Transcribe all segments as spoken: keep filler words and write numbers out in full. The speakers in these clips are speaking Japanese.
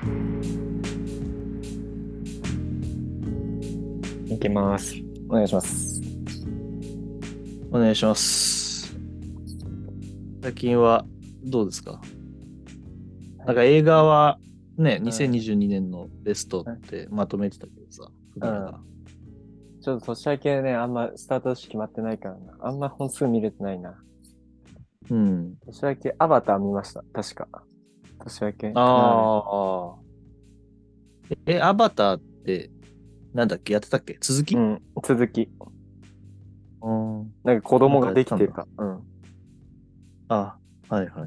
いけます。お願いします。 お願いします。最近はどうですか？なんか映画はね、 うん。 にせんにじゅうにねんのベストっうん。 てまとめてたけどさ、フミヤが。 ちょっと年明けね、あんまスタートダッシュ決まってないからな。あんま本数見れてないな。 うん。 年明け、アバター見ました。確か。年明け、去年。 ああ。え、アバターってなんだっけ？やってたっけ？続き？ うん。続き。 うん。 なんか子なん供がかやってたんだ。 できてた。うん。 あ、はいはい。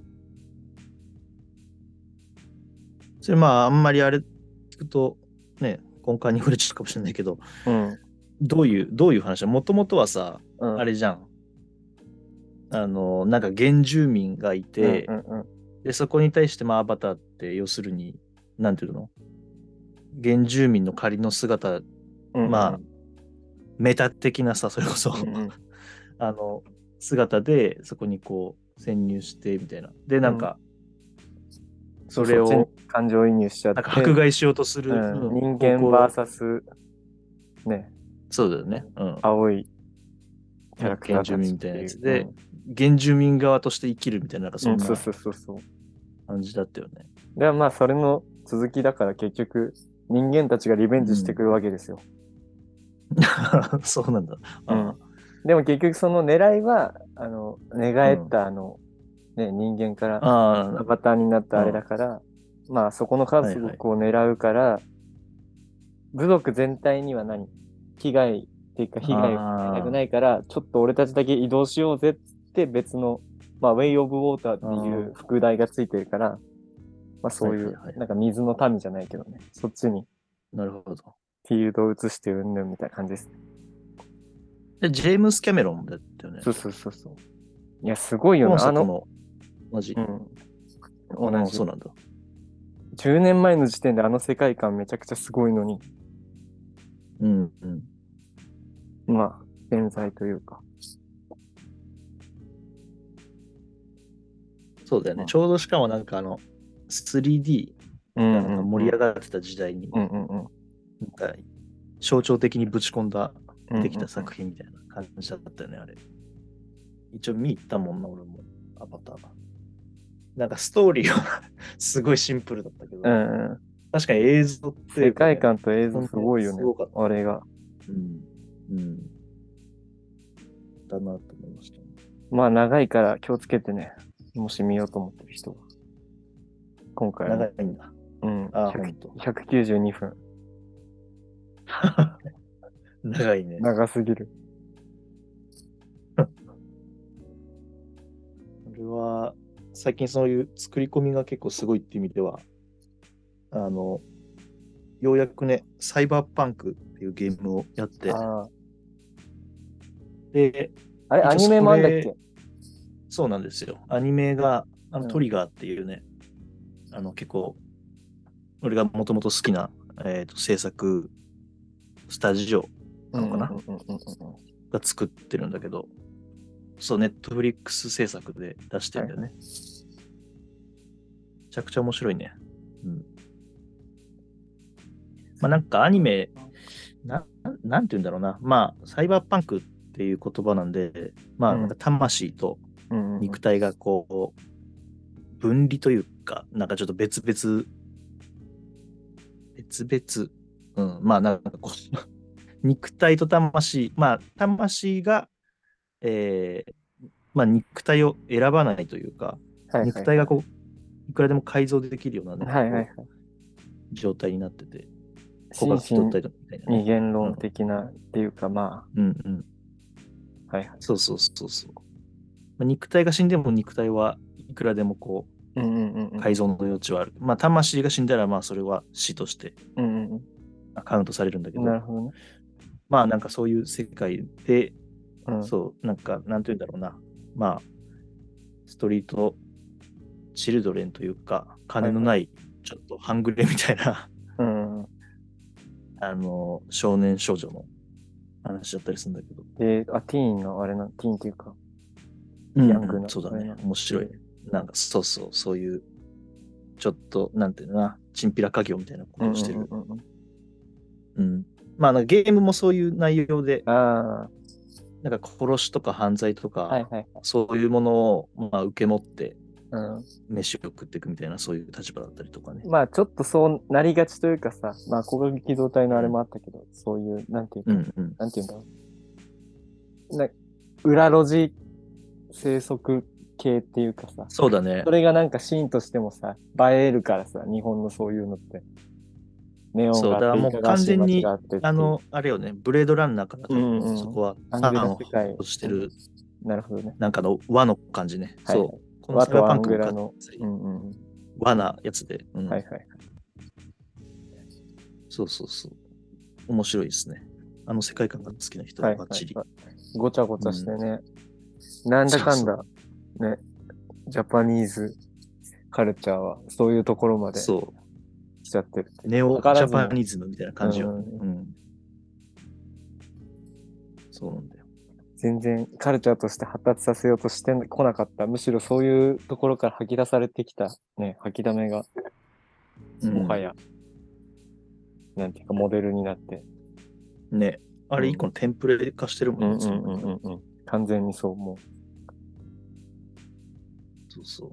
それまあ、あんまりあれ聞くとね、根幹に触れちゃうかもしれないけど、 うん。 どういう、どういう話だ？もともとはさ、 うん。 あれじゃん。あの、なんか原住民がいうん。うて、 ん。うん。 で、そこに対して、まあ、アバターって、要するに、なんていうの？原住民の仮の姿、 うん。うまあ、 ん。 メタ的なさ、それこそうん。 あの、姿で、そこにこう、潜入して、みたいな。で、 うん。 なんか、 そう、そっちにそれを、 感情移入しちゃっなんかて、 迫害しようとする、 うん。 うん、 人間方向、 ブイエス ね、 そうだよね。うん。 青いキャラね、 クターた原住民みたいなちっていう。うやつで、 ん。 原住民側として生きるみたいな、なんかうん。そうそんなそうそうそう。 感じだったよね。 で、まあ、それの続きだから結局、人間たちがリベンジしてくうん。 るわけですよ。 そうなんだ。ああ、 うん。でも結局その狙いは、あの、寝返っうん。 たあの、ね、人間からアあバターになったあ、 あれうん。 だから、まあそこの家はいはい。 族を狙うから、部族全体には何危害っていうか被害を与えたくあないから、ちょっと俺たちだけ移動しようぜっつって別の、まあ、ウェイ・オブ・ウォーターっあ、あていうあ、 副題がついてるから、まあはいそういう、 はいはい。 なんか水の民じゃないけどね、そっちになるほど。 フィールドを移してうんぬんみたいな感じですね。 で、ジェームス・キャメロンだったよね。 そうそうそうそう。いや、すごいよな。あの、 今作の同じ。 うん、同ああ、 じ。 そうなんだ。 じゅうねんまえの時点であの世界観めちゃくちゃすごいのに、 うんうん。 まあ、現在というか。 そうだよね。 まあ、 ちょうどしかもなんかあの、スリーディーがなんかうんうんうん。 盛り上がってた時代に、 うんうんうん。 なんか象徴的にぶち込んだ、 うんできたうんうん。 作品みたいな感じだったよね、あれ。一応見に行ったもんな、俺も。アバターが。なんかストーリーはすごいシンプルだったけど、 うんうん。 確かに映像って世界ね、 観と映像すほんとごいよね。 すごかった。 あれが。 うん。うん。だなと思いましたね。 まあ、長いから気をつけてね。もし見ようと思ってる人は。今回も。 長いんだ。 うん。 ああ、ほひゃく、 んと。 ひゃくきゅうじゅうにふん。 長いね。 長すぎる。 俺は、最近そういう作り込みが結構すごいっていう意味では、あの、ようやくね、サイバーパンクっていうゲームをやって、 あで、 あ。あれ、ア一応ニメそれ、 もあんだっけ？ そうなんですよ。アニメが、あのうん。 トリガーっていうね、あの結構、俺がもともと好きな、えーと、制作スタジオうんうんうんなのかなうんうんうん。 が作ってるんだけど、そう、ネットフリックス制作で出してはいはい。 るんだよね。めちゃくちゃ面白いね。うん。まあなんかアニメ、な、なんて言うんだろうな。まあ、サイバーパンクっていう言葉なんで、まあなんかうん。 魂とうんうんうん。 肉体がこう、分離というか、なんかちょっと別々、別々、うん、まあなんかこう、肉体と魂、まあ魂が、えーまあ肉体を選ばないというか、 はいはいはい。 肉体がこう、いくらでも改造できるような、なんかこう、 はいはいはい。 状態になってて、骨心身格機動隊みたいなね。 二元論うん、 的なっていうか、まうん、うん。 あ、はいはい。 そうそうそうそう。まあ、肉体が死んでも肉体はいくらでもこう、 うんうんうんうん。 改造の余地はある。まあ、魂が死んだら、まあ、それは死としてうんうんカウントされるんだけうん。など、 るほどね。 まあ、なんかそういう世界で、 うん。 そう、なんか、なんて言うんだろうな。まあ、ストリートチルドレンというか、 はいはい。 金のない、ちょっと半グレみたいな、 うんうん。 あの、少年少女の話だったりするんだけど。 で、あ、ティーンのあれな、ティーンっていうか、 うんうん、 ヤングな、 そうだね。 あれな。えー、 面白い。なんか、そうそう、そういう、 ちょっと、なんていうのかな、チンピラ家業みたいなことをしてる。 うんうんうんうん。まあ、なんかゲームもそういう内容で、 うん、あなんか殺しとか犯罪とあ、はいか、 はいはい。 そういうものを、まあ、受け持ってうん。 飯を食っていくみたいな、そういう立場だったりとかね。 まあちょっとそうなりがちというかさ、まあ攻撃機動隊のあれうんもあったけど、そういう、なんていうか、 うんうん。 なんていうんだろう。な裏路地生息系っていうかさ、 そうだね。 それがなんかシーンとしてもさ、映えるからさ、日本のそういうのって。ネオンそう、 があって、いだからもうかがわしい完全に、 街があってっていう。 あの、あれよね、ブレードランナーからう多分、 んうん。 そこはアングラ端を世界。 してる、 なるほどね。 なんかの和の感じね。 はいはい。 そう。この和とアサイバーパンクもングラの。 かつりうんうんうん。 和なやつで、うん。 はいはいはい。 そうそうそう。面白いですね。あの世界観が好きな人ははいバッチリ。 はいはい。ごちゃごちゃしてうんね。なんだかんだそうそう。 ね、ジャパニーズカルチャーはそういうところまでそ来ちゃってるってう。ネオわかジャパらずも。 ニズムみたいなう感じよ。 ん。 うん。そうなんだよ。 全然カルチャーとして発達させようとしてこなかった。むしろそういうところから吐き出されてきたね、吐きだめがうんもはや、なんていうかモデルになって。 ね。あれうん一個のテンプレ化してるもんね、 うんうんそのままうんうんうん。完全にそう、もそうそう。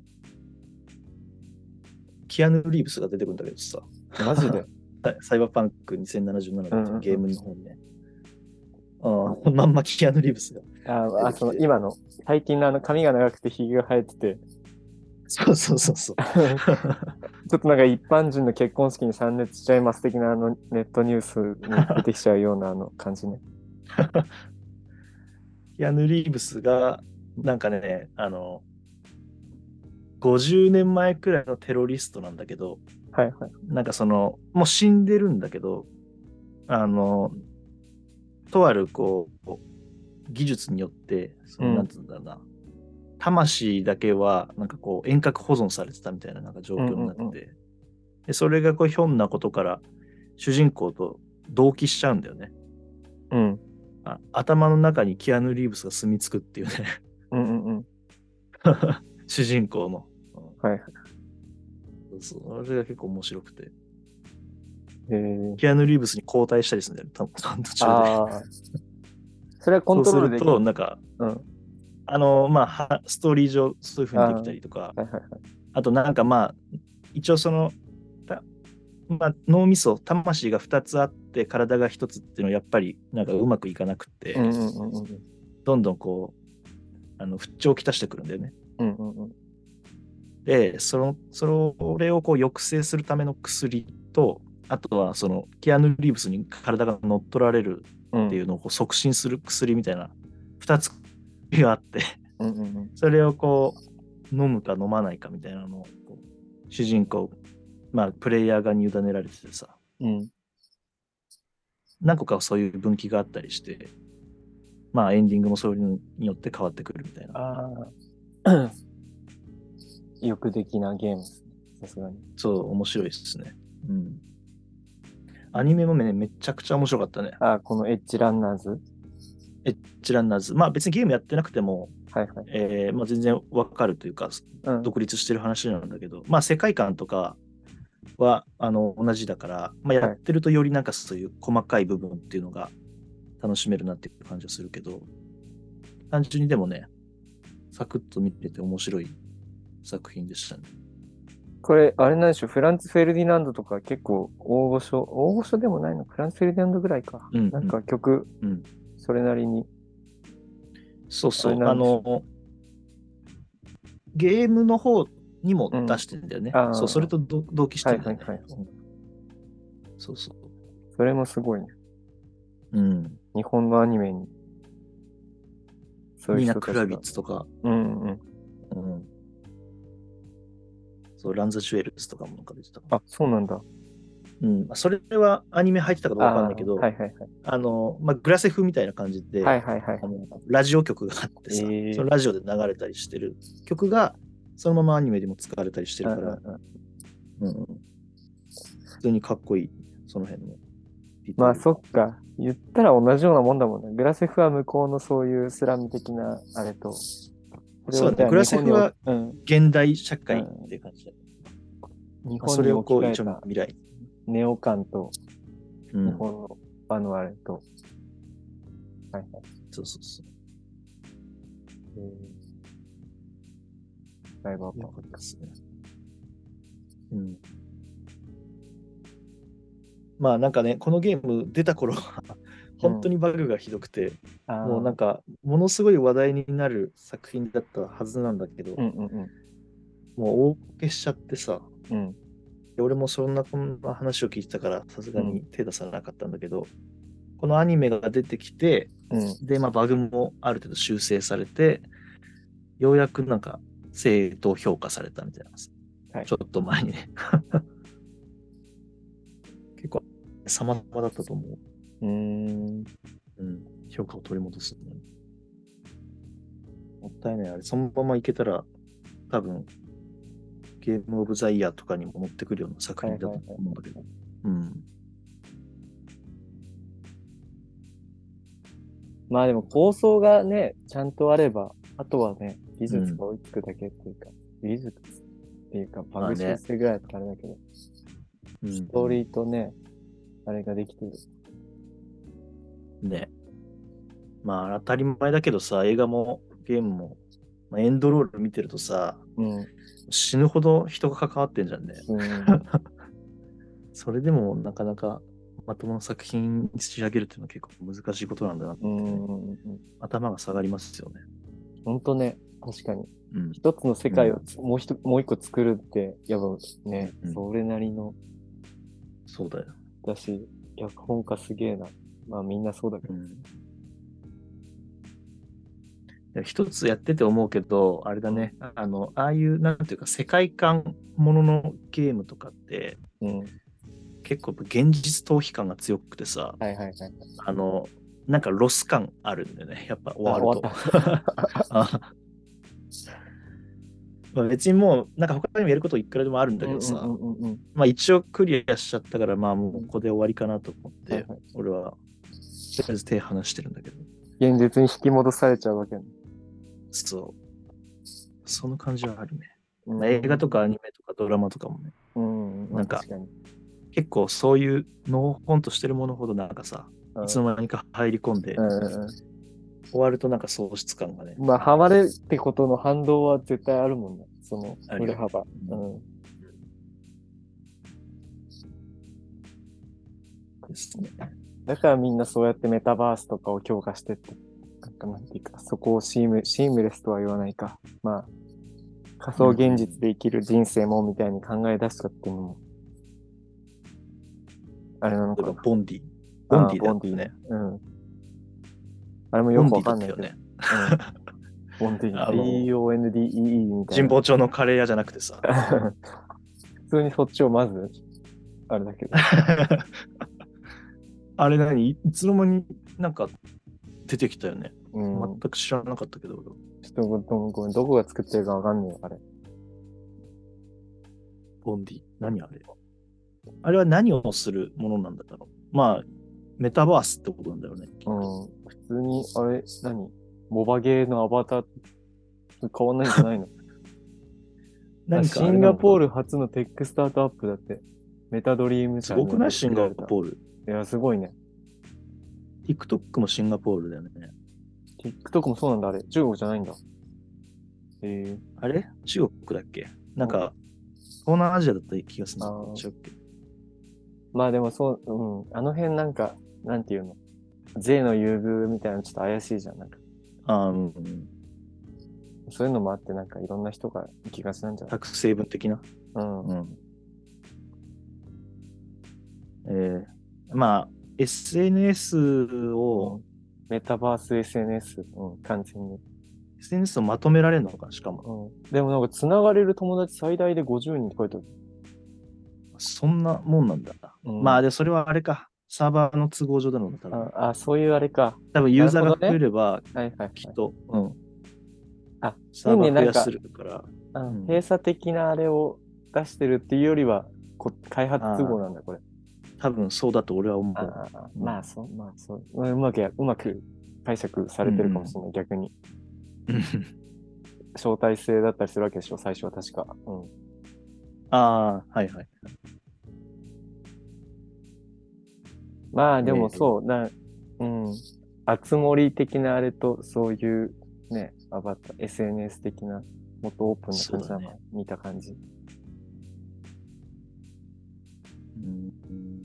キアヌ・リーブスが出てくるんだけどさ。 う。マジで。 サイバーパンクにせんななじゅうななってうんうんうんいうゲームの方にね。ああ、まんまキアヌ・リーブスがああ、その出てきて。 今の、最近のあの髪が長くてひげが生えてて、 そうそうそうそう。 ちょっとなんか一般人の結婚式に参列しちゃいます的なあのネットニュースに出てきちゃうようなあの感じね。 キアヌ・リーブスが、なんかね、あの、ごじゅうねんまえくらいのテロリストなんだけど、 はいはい。 なんかその、もう死んでるんだけど、あの、とあるこう、技術によって、その、 うんなんつうんだろうな、魂だけは、なんかこう、遠隔保存されてたみたいななんか状況になってて、 うんうんで、それがこう、ひょんなことから、主人公と同期しちゃうんだよね。 うんあ頭の中にキアヌ・リーブスが住み着くっていうね、 うんうんうん。 主人公の。 はいはい。 そうそう、あれが結構面白くて。 えー、 キアヌ・リーブスに交代したりするんだよね、た途中で。 ああ。それはコンそうすると、 トロールできる。 なんか、 うん。 あの、まあは、ストーリー上、そういう風にできたりとか、 はいはいはい。 あとなんかまあ、一応その、たまあ、脳みそ、魂がふたつあって体がひとつっていうのはやっぱりなんかうまくいかなくて、 うんうんうんうん。 どんどんこう、あの不調をきたしてくるんだよね。 うんうんうん。 で、その、それをこう抑制するための薬と、あとはその、キアヌ・リーブスに体が乗っ取られるっていうのをこう促進する薬みたいな、ふたつがあって、 うんうんうん。 それをこう、飲むか飲まないかみたいなのを、こう主人公、まあ、プレイヤー側に委ねられててさ、 うん何個かそういう分岐があったりして、まあエンディングもそれによって変わってくるみたいな。 ああ。意欲的なゲームですね。さすがに。 そう、面白いですね。うん。アニメもね、めちゃくちゃ面白かったね。 ああ、このエッジランナーズ。 エッジランナーズ。まあ別にゲームやってなくても、 はいはい。 えーまあ、全然わかるというか、 うん。 独立してる話なんだけど、まあ世界観とかはあの同じだから、まあ、やってるとよりなんかそういう細かい部分っていうのが楽しめるなっていう感じはするけど、単純にでもね、サクッと見てて面白い作品でしたね。 これ、あれなんでしょう、フランツ・フェルディナンドとか結構大御所、大御所でもないの、フランツ・フェルディナンドぐらいか。 うんうんなんか曲、 うん、 それなりに。 そうそう、ああれなんでしょの、ゲームの方にも出してんだよね。 うんあーそう、それと同同期してんだよね。 はいはいはいそうそう。 それもすごいね。 うん。 日本のアニメに。そういうニーナ・人たちがクラビッツとか、 うんうん。 うん。そう、ランザ・ジュエルズとかもなんか出てたかな。 あ、そうなんだ。 うん。それはアニメ入ってたかどうかわかんないけど、 あーはいはいはい。 あの、まあ、グラセフみたいな感じで、 はいはいはいあ。のラジオ曲があってさ、 えーそのラジオで流れたりしてる曲が、そのままアニメでも使われたりしてるから、 うんうんうんうんうん、普通にかっこいい、その辺のディテール。 まあそっか。言ったら同じようなもんだもんね。グラセフは向こうのそういうスラム的なあれと。 そうだね、グラセフはうん、 現代社会っていう感じで。 日まあ、それ本にをこう一応置き換えた未来。 ネオ感とうん、 日本のバヌアレと、はいはい。 そうそうそう。 えー、ライブアップよかったですね。うん。まあなんかね、このゲーム出た頃は本当にバグがひどくて、 うん、 もうなんかものすごい話題になる作品だったはずなんだけど、 うんうんうんもう大ボケしちゃってさ、 うん。 で俺もそんなこんな話を聞いてたからさすがにうん手出さなかったんだけど、このアニメが出てきて、 うんで、まあ、バグもある程度修正されて、ようやくなんか正当評価されたみたいなさ、 はいちょっと前にね。結構様々だったと思う。 うーん。 うん。評価を取り戻すのに。もったいない。あれ、そのままいけたら、多分、ゲームオブザイヤーとかにも持ってくるような作品だと思うんだけど。うん。 まあでも構想がね、ちゃんとあれば、あとはね、技術が追いつくだけっていうか、技術っていうか、バグ修正ぐらいだったらあれだけど、 うんストーリーとね、あれができてる。 ね。まあ、当たり前だけどさ、映画もゲームも、まあ、エンドロール見てるとさ、 うん。 死ぬほど人が関わってんじゃんね。 うん。 それでもなかなかまともな作品に仕上げるっていうのは結構難しいことなんだなって、ね、 うん。 頭が下がりますよね。 ほんとね、確かに。 うん、 一つの世界をつ、うん、もう一、もう一個作るって、やっぱね、 うん、 それなりの、 そうだよ。 だし、脚本家すげえな。まあみんなそうだけど。 うん、一つやってて思うけど、あれだね、うん、あの、ああいう、なんていうか、世界観もののゲームとかって、 うん、 結構現実逃避感が強くてさ、 はいはいはい。 あの、なんかロス感あるんだよね、やっぱ終わると。まあ別にもう、なんか他にもやることいくらでもあるんだけどさ、まあ一応クリアしちゃったから、まあもうここで終わりかなと思って、はいはい、俺は、とりあえず手離してるんだけど。 現実に引き戻されちゃうわけね。 そう。その感じはあるね。うんまあ、映画とかアニメとかドラマとかもね。 うん、まあ、 なんか、 確かに結構そういうのほんとしてるものほどなんかさ、いつの間にか入り込んで、うんうんうん、終わるとなんか喪失感がね。 まあ、ハマるってことの反動は絶対あるもんね。その振れ幅。うん。 ですね。 だからみんなそうやってメタバースとかを強化してって、なんかなんていうか、そこをシーム、シームレスとは言わないか。まあ、仮想現実で生きる人生もみたいに考え出したっていうのも、あれなのかな。 ボンディ。ボンディだったね。 うん。あれもよくわかんないけど。ね。ボンディ。ビーオーエヌディーイーイー みたいな。 神保町のカレー屋じゃなくてさ。 普通にそっちをまず、あれだけど。 あれ何いつの間になんか出てきたよね。 うん、 全く知らなかったけど。 ちょっとごめん、どこが作ってるかわかんねえよ、あれ。 ボンディ。何あれあれは何をするものなんだろう。まあ、メタバースってことなんだよね。 うん。普通に、あれ、何モバゲーのアバター変わんないんじゃないの何かシンガポール初のテックスタートアップだって。メタドリーム社すごくないシンガポール。 いや、すごいね。 TikTok もシンガポールだよね。 TikTok もそうなんだ、あれ。中国じゃないんだ。えー、 あれ中国だっけなんか、東南アジアだった気がするんだけど。 まあでもそう、うん。あの辺なんか、なんていうの。税の優遇みたいなのちょっと怪しいじゃん。なんか。 あうん、うん。 そういうのもあって、なんかいろんな人が行きがちなんじゃないタックス成分的な。 うん。うん、 えー、まあ、エスエヌエス を、うん、 メタバース エスエヌエス、うん、完全に。 エスエヌエス をまとめられるのか、しかも。 うん、でもなんか、繋がれる友達最大でごじゅうにんって書いてある。 そんなもんなんだ。うん、まあ、で、それはあれか。サーバーの都合上だろうな、多分。 ああ、そういうあれか。 多分、ユーザーが増えれば、ね、 はいはいはい、 きっと、うん。 あ、 サーバー増やするから。 うん、閉鎖的なあれを出してるっていうよりは、こ開発都合なんだ、これ。 多分そうだと俺は思う。 ああうん、まあ、そう、まあ、そう。うまくや、うまく解釈されてるかもしれない、うん、逆に。招待制だったりするわけでしょ、最初は確か。うん。 ああ、はいはい。 まあでもえーそう、な、うん。あつ森的なあれと、そういうね、アバター、エスエヌエス 的な、もっとオープンな感じなのかな、 そうだね。 見た感じ。 うん、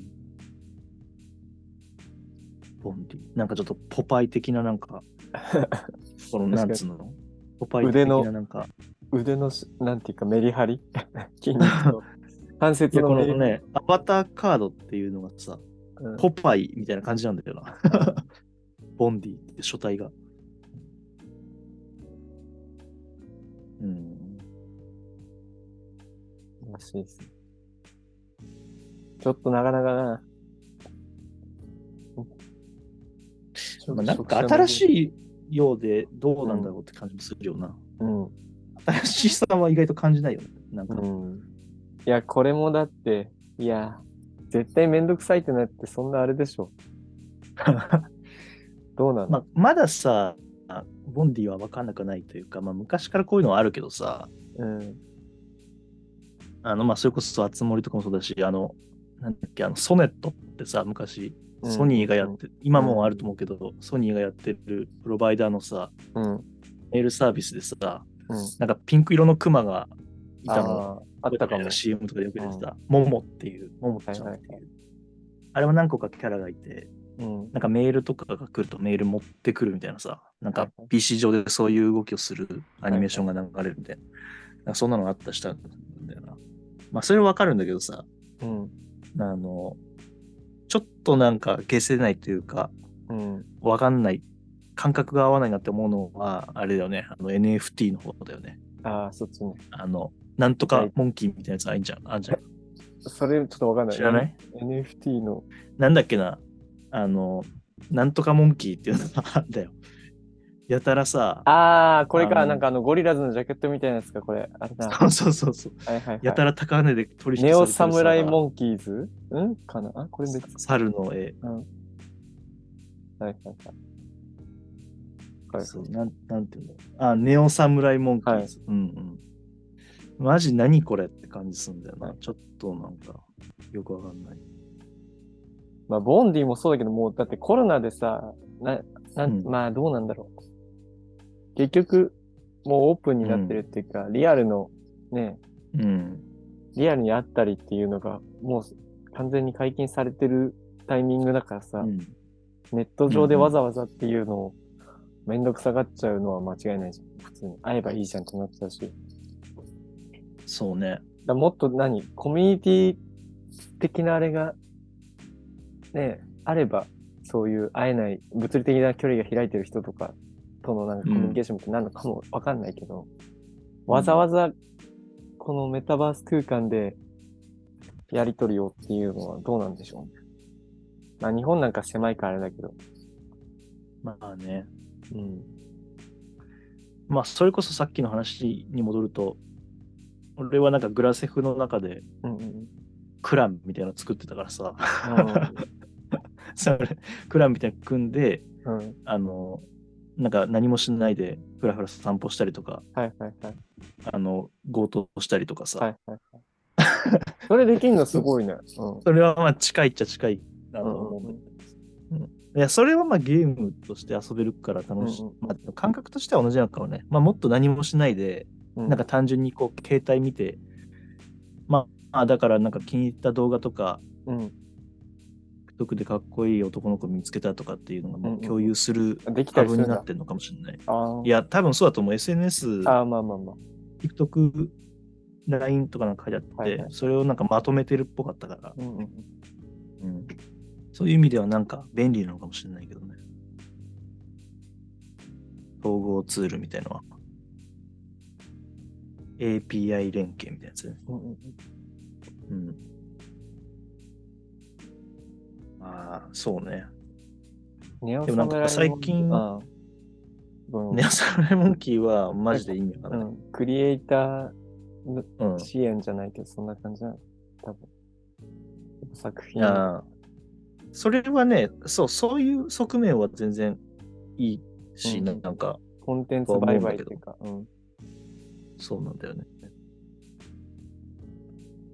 ボンディ。なんかちょっとポパイ的ななんか、このな確かにんつうのポパイ的腕の、 ななんか、 腕のし、なんていうかメリハリ筋肉と関いや、 節のメリハリ。 このね、アバターカードっていうのがさ、 うん。 ポパイみたいな感じなんだよな。 あーボンディって書体が。うん。 らしいですね。ちょっとなかなかな。ちょまあ、なんか読者向け。 新しいようでどうなんだうん。 ろうって感じもするよな。 うん。 新しさは意外と感じないよね。なんか。 うん。いや、これもだって、いや、絶対めんどくさいってなって、そんなあれでしょ。どうなの？ まあ、まださ、ボンディは分かんなくないというか、まあ、昔からこういうのはあるけどさ、 うん。 あの、まあ、それこそ、あつ森とかもそうだし、あの、なんだっけ、あの、ソネットってさ、昔、 うん。 ソニーがやうん。 って、今もあるうん。 と思うけど、ソニーがやってるプロバイダーのさ、 うん。 メールサービスでさ、 うん。 なんかピンク色のクマがいたのああ、あ覚えてない？なんかったかも。 シーエム とかでよくうん。 出てた、モモっていう、モモはいはいはい。 ちゃんっていう。あれも何個かキャラがいて、 うん。 なんかメールとかが来るとメール持ってくるみたいなさ、なんかはいはい。 ピーシー 上でそういう動きをするアニメーションがはいはい。 流れるみたいな。なんかそんなのがあったりしたんだよな。まあそれはわかるんだけどさ、 うん。 あの、ちょっとなんか消せないというか、 うん。 わかんない、感覚が合わないなって思うのは、あれだよね、あの エヌエフティー の方だよね。 ああ、そっちね。 あの、なんとはい。 かモンキーみたいなやつあんじゃん。あんじゃん。 それちょっとわかんない。何？ 知らない？ エヌエフティー の。 なんだっけな。あの、なんとかモンキーっていうのがあんだよ。やたらさ、 ああ、これか。なんあの、 かあの、ゴリラズのジャケットみたいなやつか、これ。あれだ。 そうそうそうそう。 はいはいはい。 やたら高値で取ネオ引されてるさ、 サムライモンキーズんかなあ、これ別。 猿の絵。 うん。はいはいはい。はいそう、なん、なんていうんだろう。あ、ネオサムライモンキはい。 ーズ。うんうん。マジ何これって感じすんだよな。 はい。 ちょっとなんか、よくわかんない。 まあ、ボンディもそうだけど、もう、だってコロナでさ、な、なん、 うん。 まあ、どうなんだろう。結局、もうオープンになってるうん。 っていうか、リアルの、ね、 うん。 リアルにあったりっていうのが、もう完全に解禁されてるタイミングだからさ、 うん。 ネットうん。 上でわざうん。 わざっていうのをめんどくさがっちゃうのは間違いないじゃん。普通に。会えばいいじゃんってなっちゃうし。だかそうね。 らもっと何コミュニティ的なあれがね、あれば、そういう会えない、物理的な距離が開いてる人とかとのなんかうん。 コミュニケーションって何のかもわかんないけど、わざうん。 わざこのメタバース空間でやり取りをっていうのはどうなんでしょうね。まあ日本なんか狭いからあれだけど。 まあね。 うん。 まあ、それこそさっきの話に戻ると、俺はなんかグラセフの中でうんうんクランみたいなの作ってたからさ、 うん。 それ、クランみたいなの組んで、 うん。うん。 あの、なんか何もしないでふらふら散歩したりとか、 はいはいはい。 あの、強盗したりとかさ、 はいはいはい。それできんのすそごいね。うん。 それはまあ近いっちゃ近いなうと思うんだけんうんど、うんいや、それはまあゲームとして遊べるから楽しい。 うんまあ、感覚としては同じなのかもね。まあ、もっと何もしないで、 うん。 なんか単純にこう、携帯見て、まあ、だからなんか気に入った動画とか、 うん。 TikTok でかっこいい男の子見つけたとかっていうのがうんうんもう共有するうん。できたハりするんだ。 ブになってるのかもしれない。 あいや、多分そうだと思う。エスエヌエス、 あ。ああ、まあまあまあ。 TikTok、ライン とかなんか書いてあって、 はいはい。 それをなんかまとめてるっぽかったから、 うんうんうん。 うん、そういう意味ではなんか便利なのかもしれないけどね。統合ツールみたいなのは。エーピーアイ 連携みたいなやつね。 うんうんうん。 うん。まあ、そうね。 ネオでもなんかサムライモンキー、 最近、 ああ、ごめん。 ネオサムライモンキーはマジで意味わかんない。 うん。クリエイターのうん。 支援じゃないけど、そんな感じなの。多分。作品。 ああ、それはね、そう、そういう側面は全然いいし、 うんうん。 なんか、 コンテンとはツ売思うんだけど、 買っていうか、うん。 そうなんだよね。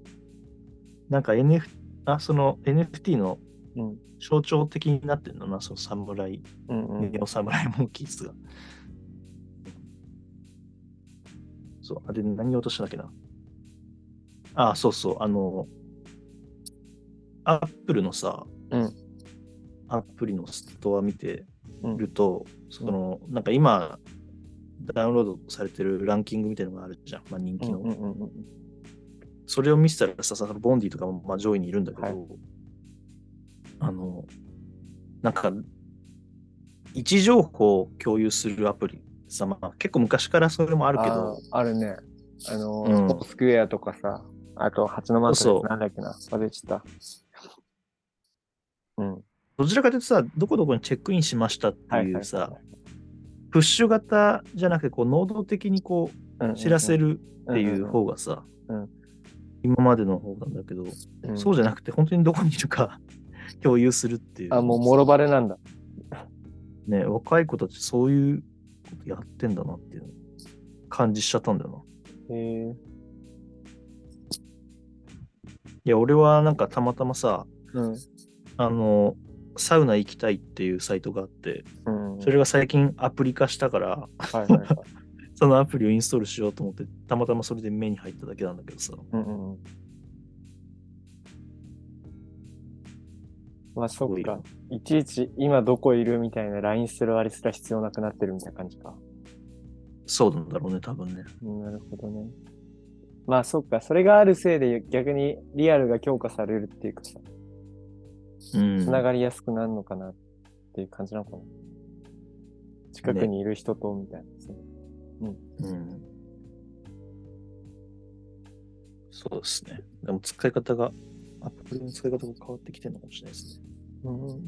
なんか エヌエフ、あ、その エヌエフティー のうん。 象徴的になってるのな、その侍、 うんうん。 ネオ侍モンキーズが。そう、あれ何言おうとしたんだっけな。あ、そうそう、あの、アップルのさ、 うんアプリのストア見てうんると、その、なんか今、ダウンロードされてるランキングみたいなのがあるじゃん、まあ、人気の。 うんうんうんうん。 それを見せたらさ、そのボンディとかもまあ上位にいるんだけど、 はいあの、なんか、位置情報を共有するアプリさ、まあ、結構昔からそれもあるけあど、 あ、あるね。あの、 うんフォースクエアとかさ、あと、ハチのマークのやつそうそう、 なんだっけな。忘れちゃった。うん。 どちらかというとさ、どこどこにチェックインしましたってはいはいはいいうさ、 はい。 プッシュ型じゃなくて、こう、能動的にこうんうんうんう、知らせるっていううんうん方がさ、 うん今までの方なんだけど、 うん。 そうじゃなくて、本当にどこにいるか共有するっていうあ、もう、 のをもろバさ、 レなんだ。 ね、若い子たちそういうことやってんだなっていう感じしちゃったんだよな。 へえ。 いや、俺はなんかたまたまさ、 うん。 あの、サウナ行きたいっていうサイトがあって、 うん。 それが最近アプリ化したから、 はいはいはい。 そのアプリをインストールしようと思って、たまたまそれで目に入っただけなんだけどさ。 うんうんうん。まあ、そっか。いちいち今どこいるみたいな ライン するあれすら必要なくなってるみたいな感じか。 そうなんだろうね、多分ね。 うん、なるほどね。まあ、そっか。それがあるせいで逆にリアルが強化されるっていうかさ、 うん。 つながりやすくなるのかなっていう感じなのかな。近くにいる人とみたいな。 うん。そうですね。でも使い方が、アプリの使い方が変わってきてるのかもしれないですね。 うん。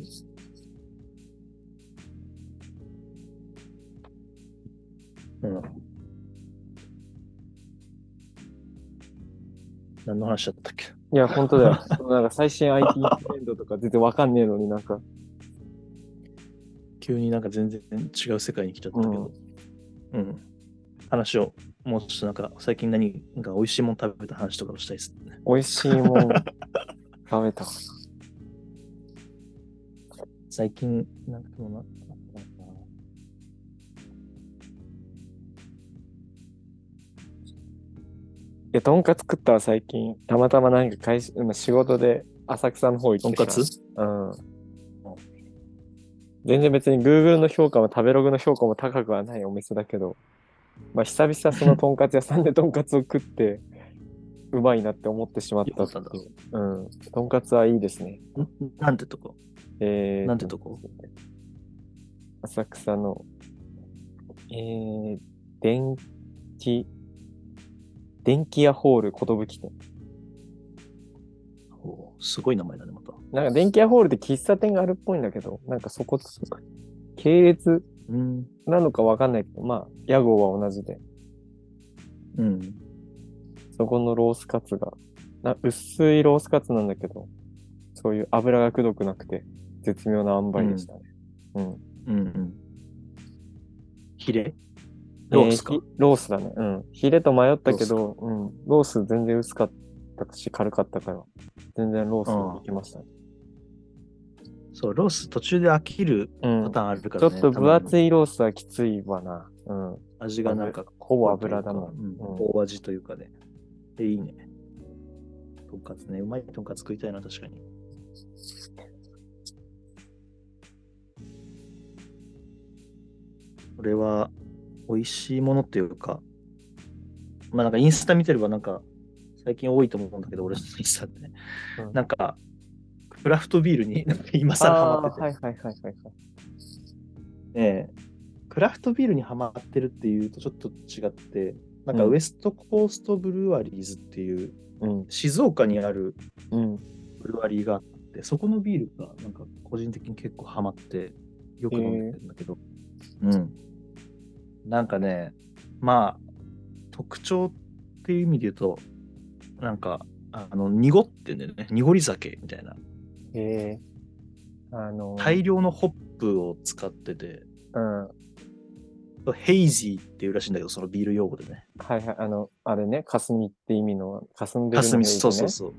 うん。何の話だったっけ。 いや、本当だよ。なんか最新 アイティー トレンドとか全然わかんねえのになんか。 急になんか全然違う世界に来ちゃったけど。うん。うん、話を、もうちょっとなんか最近何が美味しいもの食べた話とかをしたいですね。 美味しいもん食べたかな。 最近、なんかもな、 いや、とんかつ食ったわ、最近。たまたまなんか会社、今仕事で浅草の方行ってとんかつうん。全然別に Google の評価も食べログの評価も高くはないお店だけど、まあ久々そのとんかつ屋さんでとんかつを食って、うまいなって思ってしまったっていう。うん。とんかつはいいですね。 んなんてとこえー、 なんてとこ浅草の、えー、電気、電気屋ホール寿店。 おすごい名前だね、また。 なんか電気屋ホールって喫茶店があるっぽいんだけど、なんかそこ、系列うん。 なのかわかんないけど、まあ、屋号は同じで、 うん。 そこのロースカツが、な薄いロースカツなんだけど、そういう油がくどくなくて、絶妙な塩梅でしたね。うん。 うんうん。ヒレロースロースか。 ロースだね。うん。ヒレと迷ったけど、うん。ロース全然薄かったし、軽かったから、全然ロースいけましたね。 そう、ロース途中で飽きるうん。 パターンあるからね。 ちょっと分厚い。 いロースはきついわな。うん。 味がなんか、 ほぼ油だもん。 うんうん大味というかね。で、いいね。とんかつね。うまいとんかつ食いたいな、確かに。これは、美味しいものっていうか、まあなんかインスタ見てればなんか、最近多いと思うんだけど、俺のインスタってね。 うんなんか、クラフトビールになんか今更ハマってて。 はいはいはいはいはい。 ねえ、クラフトビールにハマってるっていうとちょっと違って、なんかウエストコーストブルワリーズっていう、 うん、 静岡にあるうん、 ブルワリーがあって、そこのビールがなんか個人的に結構ハマってよく飲んでるんだけど、うん。なんかね、まあ、特徴っていう意味で言うと、なんか、あの、濁ってんだよね。濁り酒みたいな。 へえ。あのー、 大量のホップを使ってて、 うん。 ヘイジーっていうらしいんだけど、そのビール用語でね。 はいはい。あの、あれね、霞って意味の、霞んでるの霞、 ヘイジね。 そうそうそう。